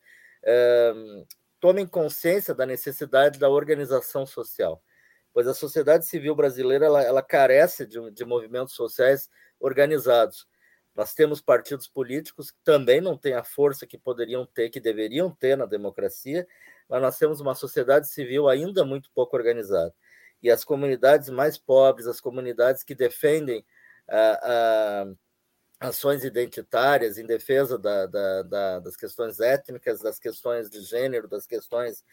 uh, tomem consciência da necessidade da organização social, pois a sociedade civil brasileira ela, ela carece de, de movimentos sociais organizados. Nós temos partidos políticos que também não têm a força que poderiam ter, que deveriam ter na democracia, mas nós temos uma sociedade civil ainda muito pouco organizada. E as comunidades mais pobres, as comunidades que defendem ah, ah, ações identitárias em defesa da, da, da, das questões étnicas, das questões de gênero, das questões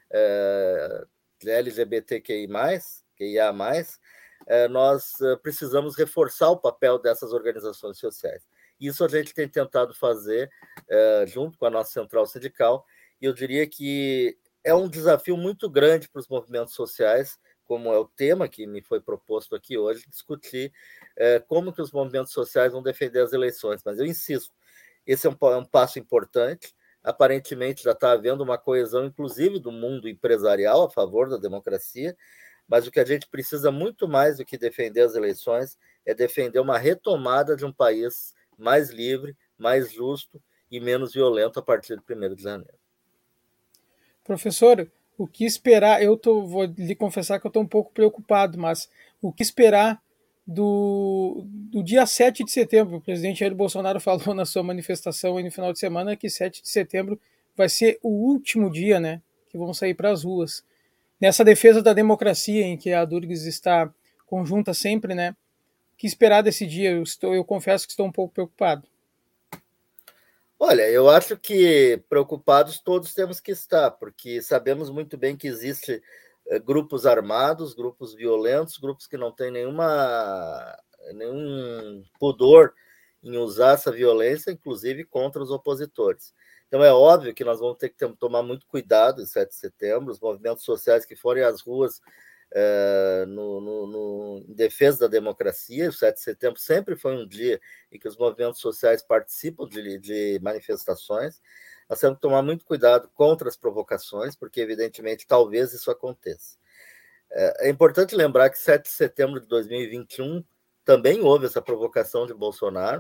ah, de L G B T Q I mais, Q I A mais, nós precisamos reforçar o papel dessas organizações sociais. Isso a gente tem tentado fazer junto com a nossa central sindical, e eu diria que é um desafio muito grande para os movimentos sociais, como é o tema que me foi proposto aqui hoje, discutir como que os movimentos sociais vão defender as eleições. Mas eu insisto, esse é um, é um passo importante. Aparentemente já está havendo uma coesão, inclusive do mundo empresarial, a favor da democracia. mas o que a gente precisa muito mais do que defender as eleições é defender uma retomada de um país mais livre, mais justo e menos violento a partir de primeiro de janeiro. Professor, o que esperar? Eu tô, vou lhe confessar que eu estou um pouco preocupado, mas o que esperar do, do dia sete de setembro? O presidente Jair Bolsonaro falou na sua manifestação aí no final de semana que sete de setembro vai ser o último dia, né, que vão sair para as ruas. Nessa defesa da democracia em que a Durgs está conjunta sempre, né? O que esperar desse dia? Eu, estou, eu confesso que estou um pouco preocupado. Olha, eu acho que preocupados todos temos que estar, porque sabemos muito bem que existem eh, grupos armados, grupos violentos, grupos que não têm nenhuma, nenhum pudor em usar essa violência, inclusive contra os opositores. Então, é óbvio que nós vamos ter que ter, tomar muito cuidado em sete de setembro, os movimentos sociais que forem às ruas é, no, no, no, em defesa da democracia. O sete de setembro sempre foi um dia em que os movimentos sociais participam de, de manifestações. Nós temos que tomar muito cuidado contra as provocações, porque, evidentemente, talvez isso aconteça. É, é importante lembrar que sete de setembro de dois mil e vinte e um também houve essa provocação de Bolsonaro,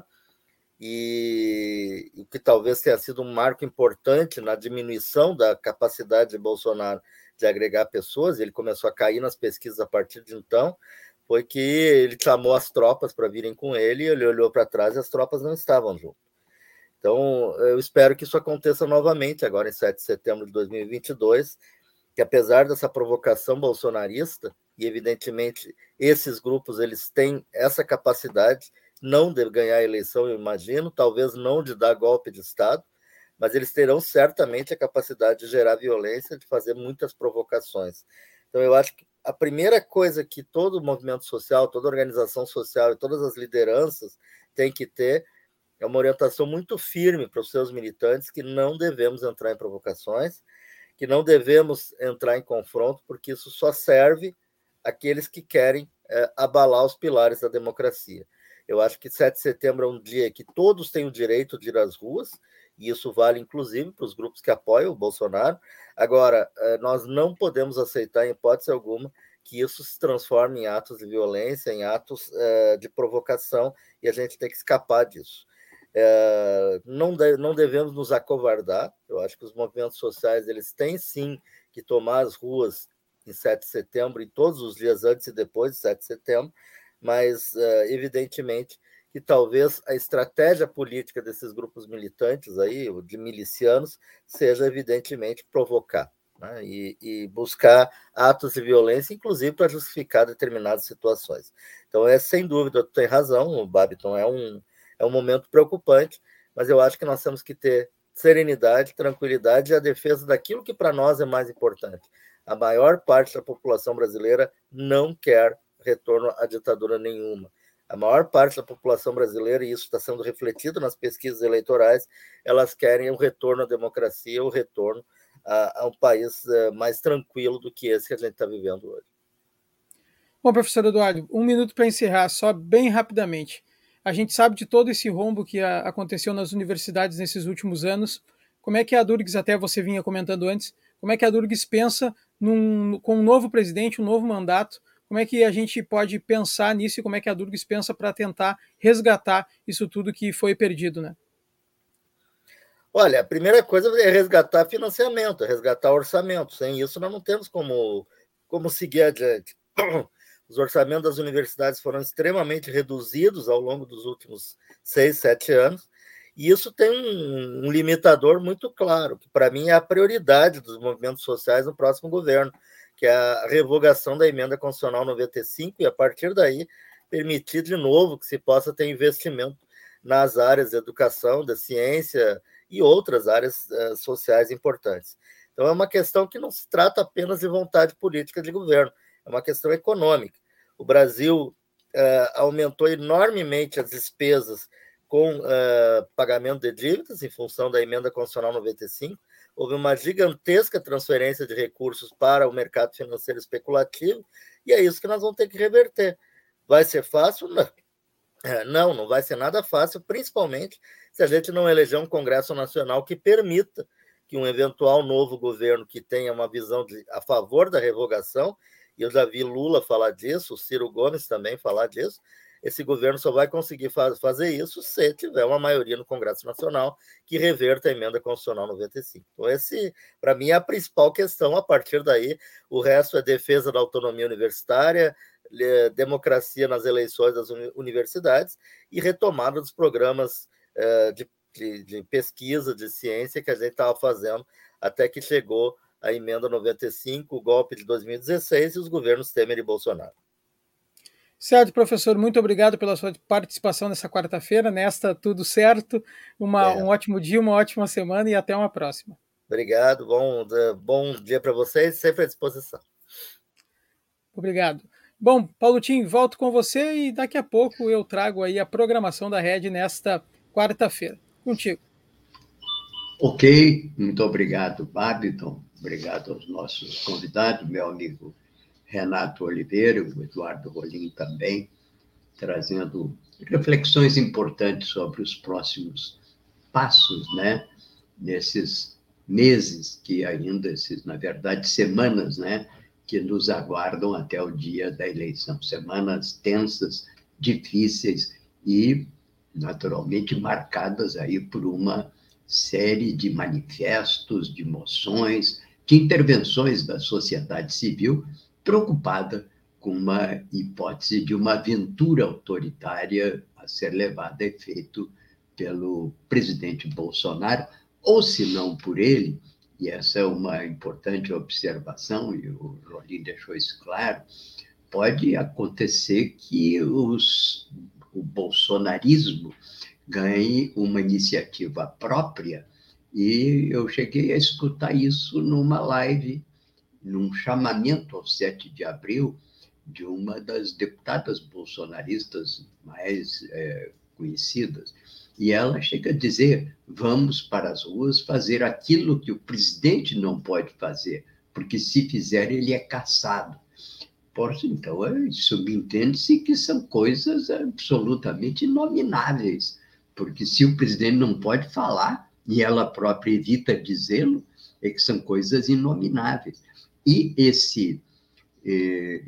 e o que talvez tenha sido um marco importante na diminuição da capacidade de Bolsonaro de agregar pessoas. Ele começou a cair nas pesquisas a partir de então, foi que ele chamou as tropas para virem com ele, e ele olhou para trás e as tropas não estavam junto. Então, eu espero que isso aconteça novamente agora em sete de setembro de dois mil e vinte e dois, que apesar dessa provocação bolsonarista, e evidentemente esses grupos eles têm essa capacidade não de ganhar a eleição, eu imagino, talvez não de dar golpe de Estado, mas eles terão certamente a capacidade de gerar violência, de fazer muitas provocações. Então, eu acho que a primeira coisa que todo movimento social, toda organização social e todas as lideranças têm que ter é uma orientação muito firme para os seus militantes que não devemos entrar em provocações, que não devemos entrar em confronto, porque isso só serve àqueles que querem é, abalar os pilares da democracia. Eu acho que sete de setembro é um dia que todos têm o direito de ir às ruas, e isso vale, inclusive, para os grupos que apoiam o Bolsonaro. Agora, nós não podemos aceitar, em hipótese alguma, que isso se transforme em atos de violência, em atos de provocação, e a gente tem que escapar disso. Não, de, não devemos nos acovardar. Eu acho que os movimentos sociais eles têm, sim, que tomar as ruas em sete de setembro, e todos os dias antes e depois de sete de setembro, mas, uh, evidentemente, que talvez a estratégia política desses grupos militantes, aí, de milicianos, seja, evidentemente, provocar, né? e, e buscar atos de violência, inclusive para justificar determinadas situações. Então, é sem dúvida, tu tem razão, o Babiton, é um, é um momento preocupante, mas eu acho que nós temos que ter serenidade, tranquilidade e a defesa daquilo que para nós é mais importante. A maior parte da população brasileira não quer retorno à ditadura nenhuma. A maior parte da população brasileira, e isso está sendo refletido nas pesquisas eleitorais, elas querem o retorno à democracia, o retorno a, a um país uh, mais tranquilo do que esse que a gente está vivendo hoje. Bom, professor Eduardo, um minuto para encerrar, só bem rapidamente. A gente sabe de todo esse rombo que a, aconteceu nas universidades nesses últimos anos. Como é que a Durgs, até você vinha comentando antes, como é que a Durgs pensa num, com um novo presidente, um novo mandato? Como é que a gente pode pensar nisso e como é que a Durgs pensa para tentar resgatar isso tudo que foi perdido, né? Olha, a primeira coisa é resgatar financiamento, resgatar orçamento. Sem isso, nós não temos como, como seguir adiante. Os orçamentos das universidades foram extremamente reduzidos ao longo dos últimos seis, sete anos, e isso tem um, um limitador muito claro, que para mim é a prioridade dos movimentos sociais no próximo governo, que é a revogação da emenda constitucional noventa e cinco, e a partir daí permitir de novo que se possa ter investimento nas áreas da educação, da ciência e outras áreas uh, sociais importantes. Então é uma questão que não se trata apenas de vontade política de governo, é uma questão econômica. O Brasil uh, aumentou enormemente as despesas com uh, pagamento de dívidas em função da emenda constitucional noventa e cinco, houve uma gigantesca transferência de recursos para o mercado financeiro especulativo, e é isso que nós vamos ter que reverter. Vai ser fácil? Não. Não, não vai ser nada fácil, principalmente se a gente não eleger um Congresso Nacional que permita que um eventual novo governo que tenha uma visão de, a favor da revogação e eu já vi Lula falar disso, o Ciro Gomes também falar disso, esse governo só vai conseguir faz, fazer isso se tiver uma maioria no Congresso Nacional que reverta a emenda constitucional noventa e cinco. Então, esse, para mim, é a principal questão. A partir daí, o resto é defesa da autonomia universitária, democracia nas eleições das universidades e retomada dos programas eh, de, de, de pesquisa, de ciência que a gente estava fazendo até que chegou a emenda noventa e cinco, o golpe de dois mil e dezesseis e os governos Temer e Bolsonaro. Certo, professor, muito obrigado pela sua participação nessa quarta-feira, nesta Tudo Certo, uma, é. um ótimo dia, uma ótima semana e até uma próxima. Obrigado, bom, bom dia para vocês, sempre à disposição. Obrigado. Bom, Paulo Tim, volto com você e daqui a pouco eu trago aí a programação da Rede nesta quarta-feira. Contigo. Ok, muito obrigado, Babiton, obrigado aos nossos convidados, meu amigo Renato Oliveira, o Eduardo Rolim também, trazendo reflexões importantes sobre os próximos passos, né? Nesses meses que ainda, esses, na verdade, semanas, né? Que nos aguardam até o dia da eleição. Semanas tensas, difíceis e, naturalmente, marcadas aí por uma série de manifestos, de moções, de intervenções da sociedade civil preocupada com uma hipótese de uma aventura autoritária a ser levada a efeito pelo presidente Bolsonaro, ou se não por ele, e essa é uma importante observação, e o Rolim deixou isso claro, pode acontecer que os, o bolsonarismo ganhe uma iniciativa própria, e eu cheguei a escutar isso numa live, num chamamento ao sete de abril, de uma das deputadas bolsonaristas mais é, conhecidas. E ela chega a dizer, vamos para as ruas fazer aquilo que o presidente não pode fazer, porque se fizer, ele é caçado. Portanto, então, subentende-se que são coisas absolutamente inomináveis, porque se o presidente não pode falar, e ela própria evita dizê-lo, é que são coisas inomináveis. E esse eh,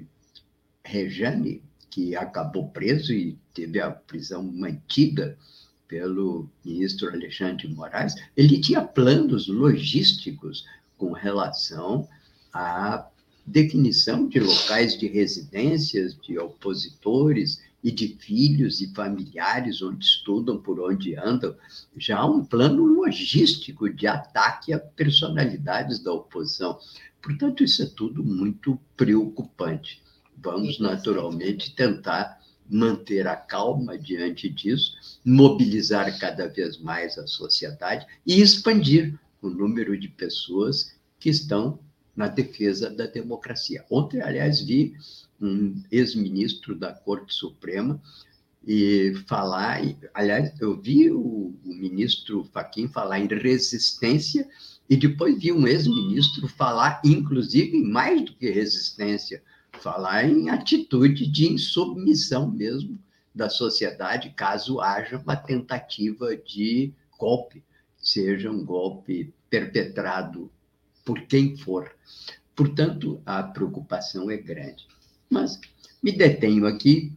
Rejane, que acabou preso e teve a prisão mantida pelo ministro Alexandre de Moraes, ele tinha planos logísticos com relação à definição de locais de residências de opositores e de filhos e familiares onde estudam, por onde andam, já um plano logístico de ataque a personalidades da oposição. Portanto, isso é tudo muito preocupante. Vamos, naturalmente, tentar manter a calma diante disso, mobilizar cada vez mais a sociedade e expandir o número de pessoas que estão na defesa da democracia. Ontem, aliás, vi um ex-ministro da Corte Suprema e falar, aliás, eu vi o, o ministro Fachin falar em resistência e depois vi um ex-ministro falar, inclusive, em mais do que resistência, falar em atitude de insubmissão mesmo da sociedade, caso haja uma tentativa de golpe, seja um golpe perpetrado por quem for. Portanto, a preocupação é grande. Mas me detenho aqui,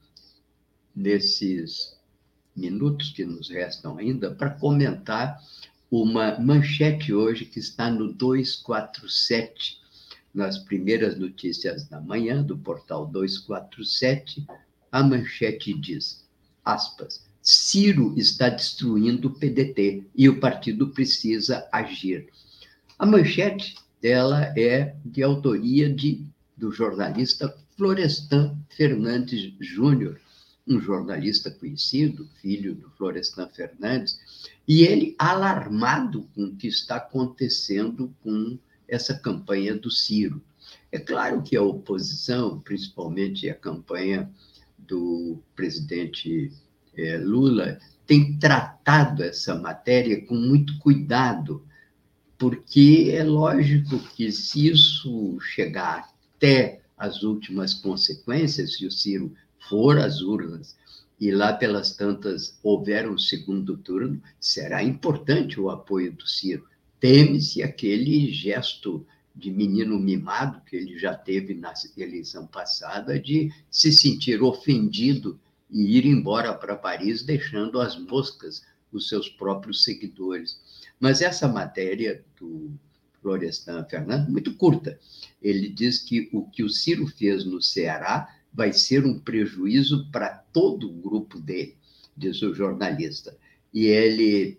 nesses minutos que nos restam ainda, para comentar uma manchete hoje que está no duzentos e quarenta e sete, nas primeiras notícias da manhã, do portal duzentos e quarenta e sete, a manchete diz, aspas, Ciro está destruindo o P D T e o partido precisa agir. A manchete dela é de autoria de, do jornalista Florestan Fernandes Júnior, um jornalista conhecido, filho do Florestan Fernandes, e ele alarmado com o que está acontecendo com essa campanha do Ciro. É claro que a oposição, principalmente a campanha do presidente eh, Lula, tem tratado essa matéria com muito cuidado, porque é lógico que se isso chegar até as últimas consequências, se o Ciro for às urnas e lá pelas tantas houver um segundo turno, será importante o apoio do Ciro. Teme-se aquele gesto de menino mimado que ele já teve na eleição passada, de se sentir ofendido e ir embora para Paris, deixando as moscas os seus próprios seguidores. Mas essa matéria do Florestan Fernandes, muito curta, ele diz que o que o Ciro fez no Ceará vai ser um prejuízo para todo o grupo dele, diz o jornalista. E ele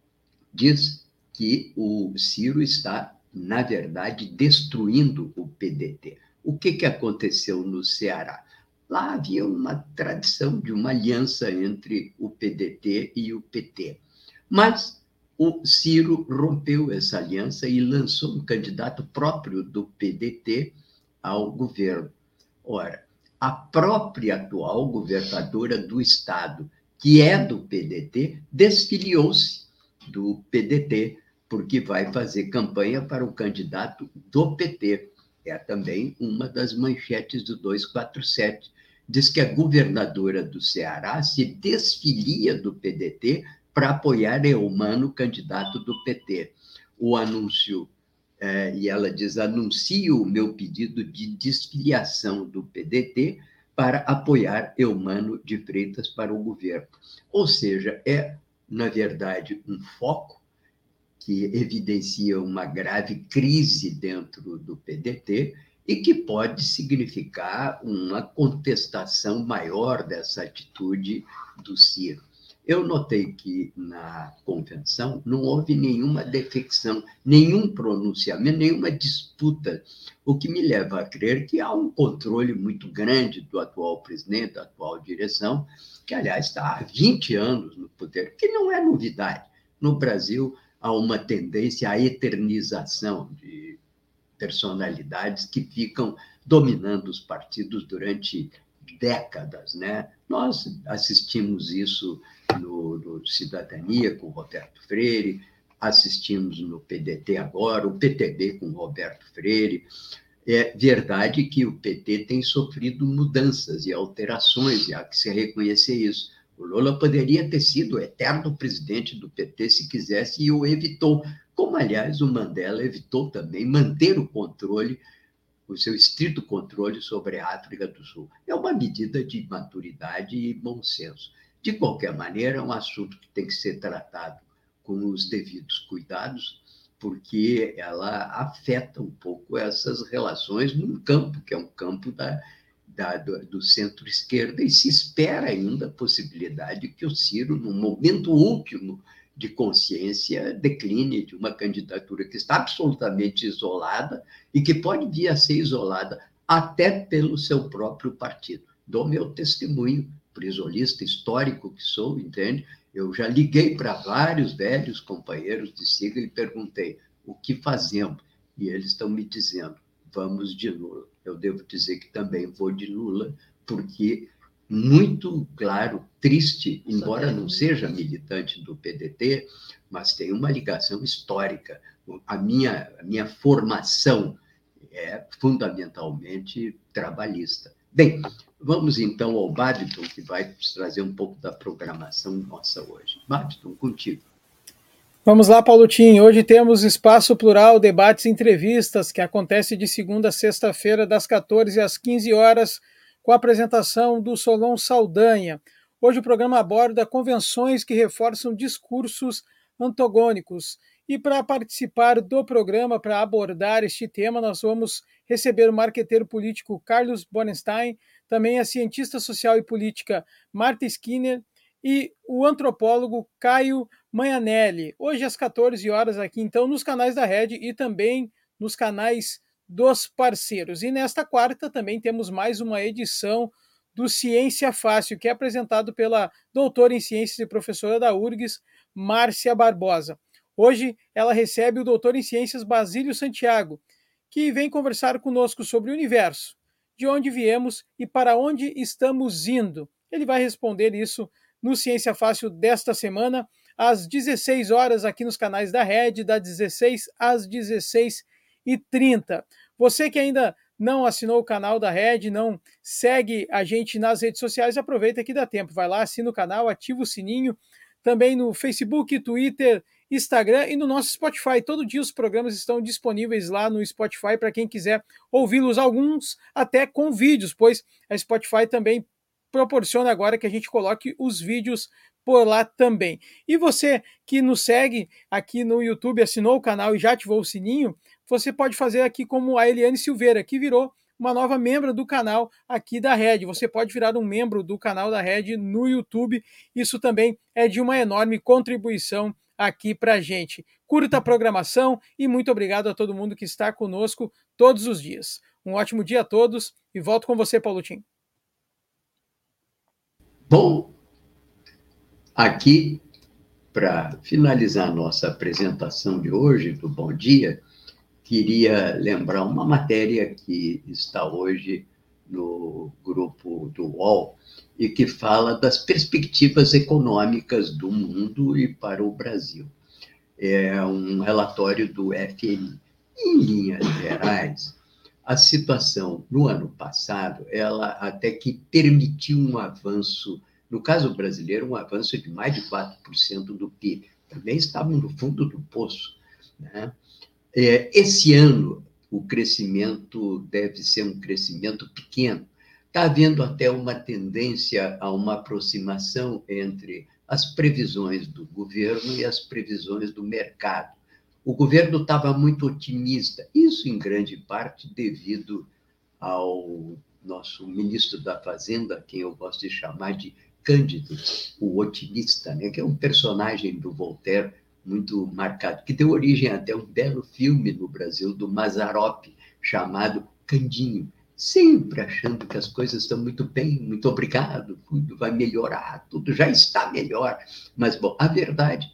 diz que o Ciro está, na verdade, destruindo o P D T. O que, que aconteceu no Ceará? Lá havia uma tradição de uma aliança entre o P D T e o P T. Mas o Ciro rompeu essa aliança e lançou um candidato próprio do P D T ao governo. Ora, a própria atual governadora do estado, que é do P D T, desfiliou-se do P D T, porque vai fazer campanha para o candidato do P T. É também uma das manchetes do duzentos e quarenta e sete. Diz que a governadora do Ceará se desfilia do P D T para apoiar Eumano, candidato do P T. O anúncio, é, e ela diz, anuncio o meu pedido de desfiliação do P D T para apoiar Eumano de Freitas para o governo. Ou seja, é, na verdade, um foco que evidencia uma grave crise dentro do P D T e que pode significar uma contestação maior dessa atitude do Ciro. Eu notei que na convenção não houve nenhuma defecção, nenhum pronunciamento, nenhuma disputa, o que me leva a crer que há um controle muito grande do atual presidente, da atual direção, que, aliás, está há vinte anos no poder, que não é novidade. No Brasil, há uma tendência à eternização de personalidades que ficam dominando os partidos durante décadas, né? Nós assistimos isso no, no Cidadania com Roberto Freire, assistimos no P D T agora, o P T B com Roberto Freire. É verdade que o P T tem sofrido mudanças e alterações, e há que se reconhecer isso. O Lula poderia ter sido o eterno presidente do P T se quisesse e o evitou, como, aliás, o Mandela evitou também manter o controle, o seu estrito controle sobre a África do Sul. É uma medida de maturidade e bom senso. De qualquer maneira, é um assunto que tem que ser tratado com os devidos cuidados, porque ela afeta um pouco essas relações num campo, que é um campo da, da, do, do centro-esquerda, e se espera ainda a possibilidade que o Ciro, num momento último de consciência, decline de uma candidatura que está absolutamente isolada e que pode vir a ser isolada até pelo seu próprio partido. Dou meu testemunho, prisolista histórico que sou, entende? Eu já liguei para vários velhos companheiros de sigla e perguntei o que fazemos, e eles estão me dizendo, vamos de Lula. Eu devo dizer que também vou de Lula, porque muito claro, triste, embora não seja militante do P D T, mas tem uma ligação histórica. A minha, a minha formação é fundamentalmente trabalhista. Bem, vamos então ao Babiton, que vai nos trazer um pouco da programação nossa hoje. Babiton, contigo. Vamos lá, Paulotinho. Hoje temos Espaço Plural, debates e entrevistas, que acontece de segunda a sexta-feira, das quatorze às quinze horas, com a apresentação do Solon Saldanha. Hoje o programa aborda convenções que reforçam discursos antagônicos. E para participar do programa, para abordar este tema, nós vamos receber o marqueteiro político Carlos Borenstein, também a cientista social e política Marta Skinner e o antropólogo Caio Manhanelli. Hoje às quatorze horas aqui, então, nos canais da Rede e também nos canais dos parceiros. E nesta quarta também temos mais uma edição do Ciência Fácil, que é apresentado pela doutora em Ciências e professora da U R G S, Márcia Barbosa. Hoje ela recebe o doutor em Ciências Basílio Santiago, que vem conversar conosco sobre o universo, de onde viemos e para onde estamos indo. Ele vai responder isso no Ciência Fácil desta semana, às dezesseis horas, aqui nos canais da Rede, das dezesseis às dezesseis e trinta. Você que ainda não assinou o canal da Rede, não segue a gente nas redes sociais, aproveita que dá tempo. Vai lá, assina o canal, ativa o sininho, também no Facebook, Twitter Instagram e no nosso Spotify. Todo dia os programas estão disponíveis lá no Spotify para quem quiser ouvi-los, alguns até com vídeos, pois a Spotify também proporciona agora que a gente coloque os vídeos por lá também. E você que nos segue aqui no YouTube, assinou o canal e já ativou o sininho, você pode fazer aqui como a Eliane Silveira, que virou uma nova membro do canal aqui da Rede. Você pode virar um membro do canal da Rede no YouTube. Isso também é de uma enorme contribuição aqui para a gente. Curta a programação e muito obrigado a todo mundo que está conosco todos os dias. Um ótimo dia a todos e volto com você, Paulo Tim. Bom, aqui, para finalizar a nossa apresentação de hoje, do Bom Dia, queria lembrar uma matéria que está hoje no grupo do U O L e que fala das perspectivas econômicas do mundo e para o Brasil. É um relatório do F M I. Em linhas gerais, a situação no ano passado, ela até que permitiu um avanço, no caso brasileiro, um avanço de mais de quatro por cento do P I B. Também estávamos no fundo do poço, né? Esse ano, o crescimento deve ser um crescimento pequeno. Está havendo até uma tendência a uma aproximação entre as previsões do governo e as previsões do mercado. O governo estava muito otimista, isso em grande parte devido ao nosso ministro da Fazenda, quem eu gosto de chamar de Cândido, o otimista, né? Que é um personagem do Voltaire muito marcado, que deu origem até a um belo filme no Brasil do Mazzaropi, chamado Candinho, sempre achando que as coisas estão muito bem, muito obrigado, tudo vai melhorar, tudo já está melhor. Mas, bom, a verdade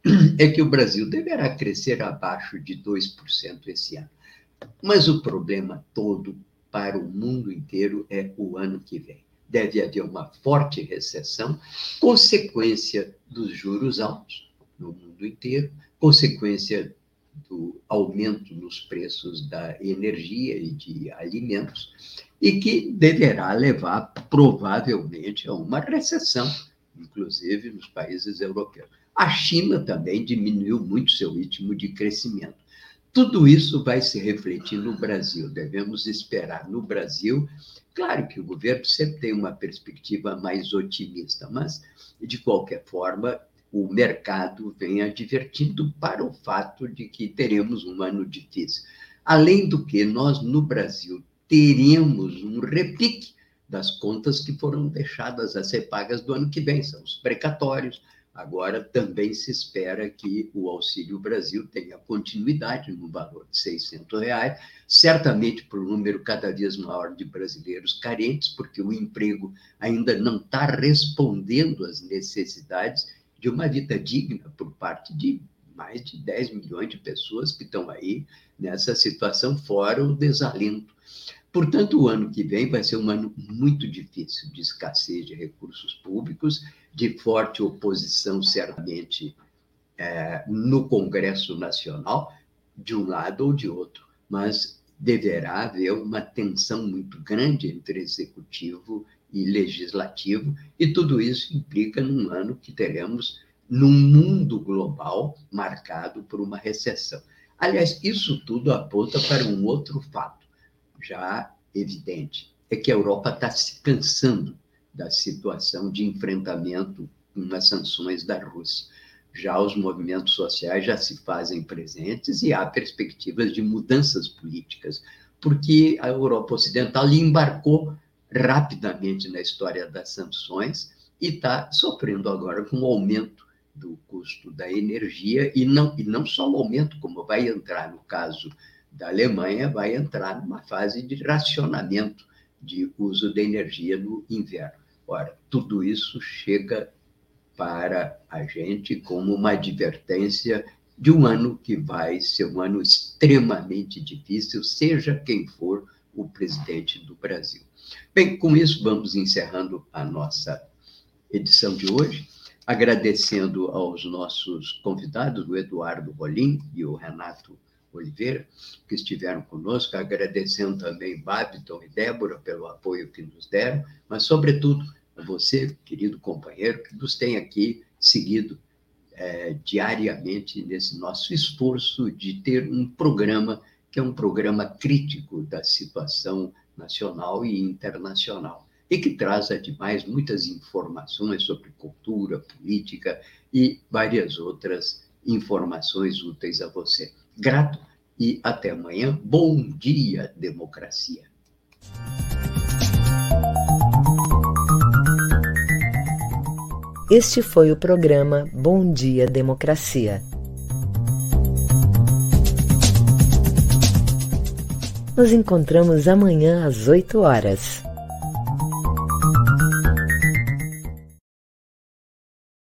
é que o Brasil deverá crescer abaixo de dois por cento esse ano. Mas o problema todo para o mundo inteiro é o ano que vem. Deve haver uma forte recessão, consequência dos juros altos no mundo inteiro, consequência do aumento nos preços da energia e de alimentos, e que deverá levar, provavelmente, a uma recessão, inclusive nos países europeus. A China também diminuiu muito seu ritmo de crescimento. Tudo isso vai se refletir no Brasil. Devemos esperar no Brasil. Claro que o governo sempre tem uma perspectiva mais otimista, mas, de qualquer forma, o mercado vem advertindo para o fato de que teremos um ano difícil. Além do que, nós, no Brasil, teremos um repique das contas que foram deixadas a ser pagas do ano que vem, são os precatórios. Agora, também se espera que o Auxílio Brasil tenha continuidade no valor de seiscentos reais, certamente por um número cada vez maior de brasileiros carentes, porque o emprego ainda não está respondendo às necessidades de uma vida digna por parte de mais de dez milhões de pessoas que estão aí nessa situação, fora o desalento. Portanto, o ano que vem vai ser um ano muito difícil, de escassez de recursos públicos, de forte oposição, certamente, é, no Congresso Nacional, de um lado ou de outro, mas deverá haver uma tensão muito grande entre executivo e legislativo, e tudo isso implica num ano que teremos num mundo global marcado por uma recessão. Aliás, isso tudo aponta para um outro fato, já evidente, é que a Europa está se cansando da situação de enfrentamento com as sanções da Rússia. Já os movimentos sociais já se fazem presentes e há perspectivas de mudanças políticas, porque a Europa Ocidental embarcou rapidamente na história das sanções e está sofrendo agora com o aumento do custo da energia, e não, e não só o aumento, como vai entrar no caso da Alemanha, vai entrar numa fase de racionamento de uso da energia no inverno. Ora, tudo isso chega para a gente como uma advertência de um ano que vai ser um ano extremamente difícil, seja quem for o presidente do Brasil. Bem, com isso, vamos encerrando a nossa edição de hoje, agradecendo aos nossos convidados, o Eduardo Rolim e o Renato Oliveira, que estiveram conosco, agradecendo também Babiton e Débora pelo apoio que nos deram, mas, sobretudo, a você, querido companheiro, que nos tem aqui seguido é, diariamente nesse nosso esforço de ter um programa que é um programa crítico da situação nacional e internacional, e que traz, ademais, muitas informações sobre cultura, política e várias outras informações úteis a você. Grato e até amanhã. Bom dia, democracia. Este foi o programa Bom Dia Democracia. Nos encontramos amanhã às oito horas.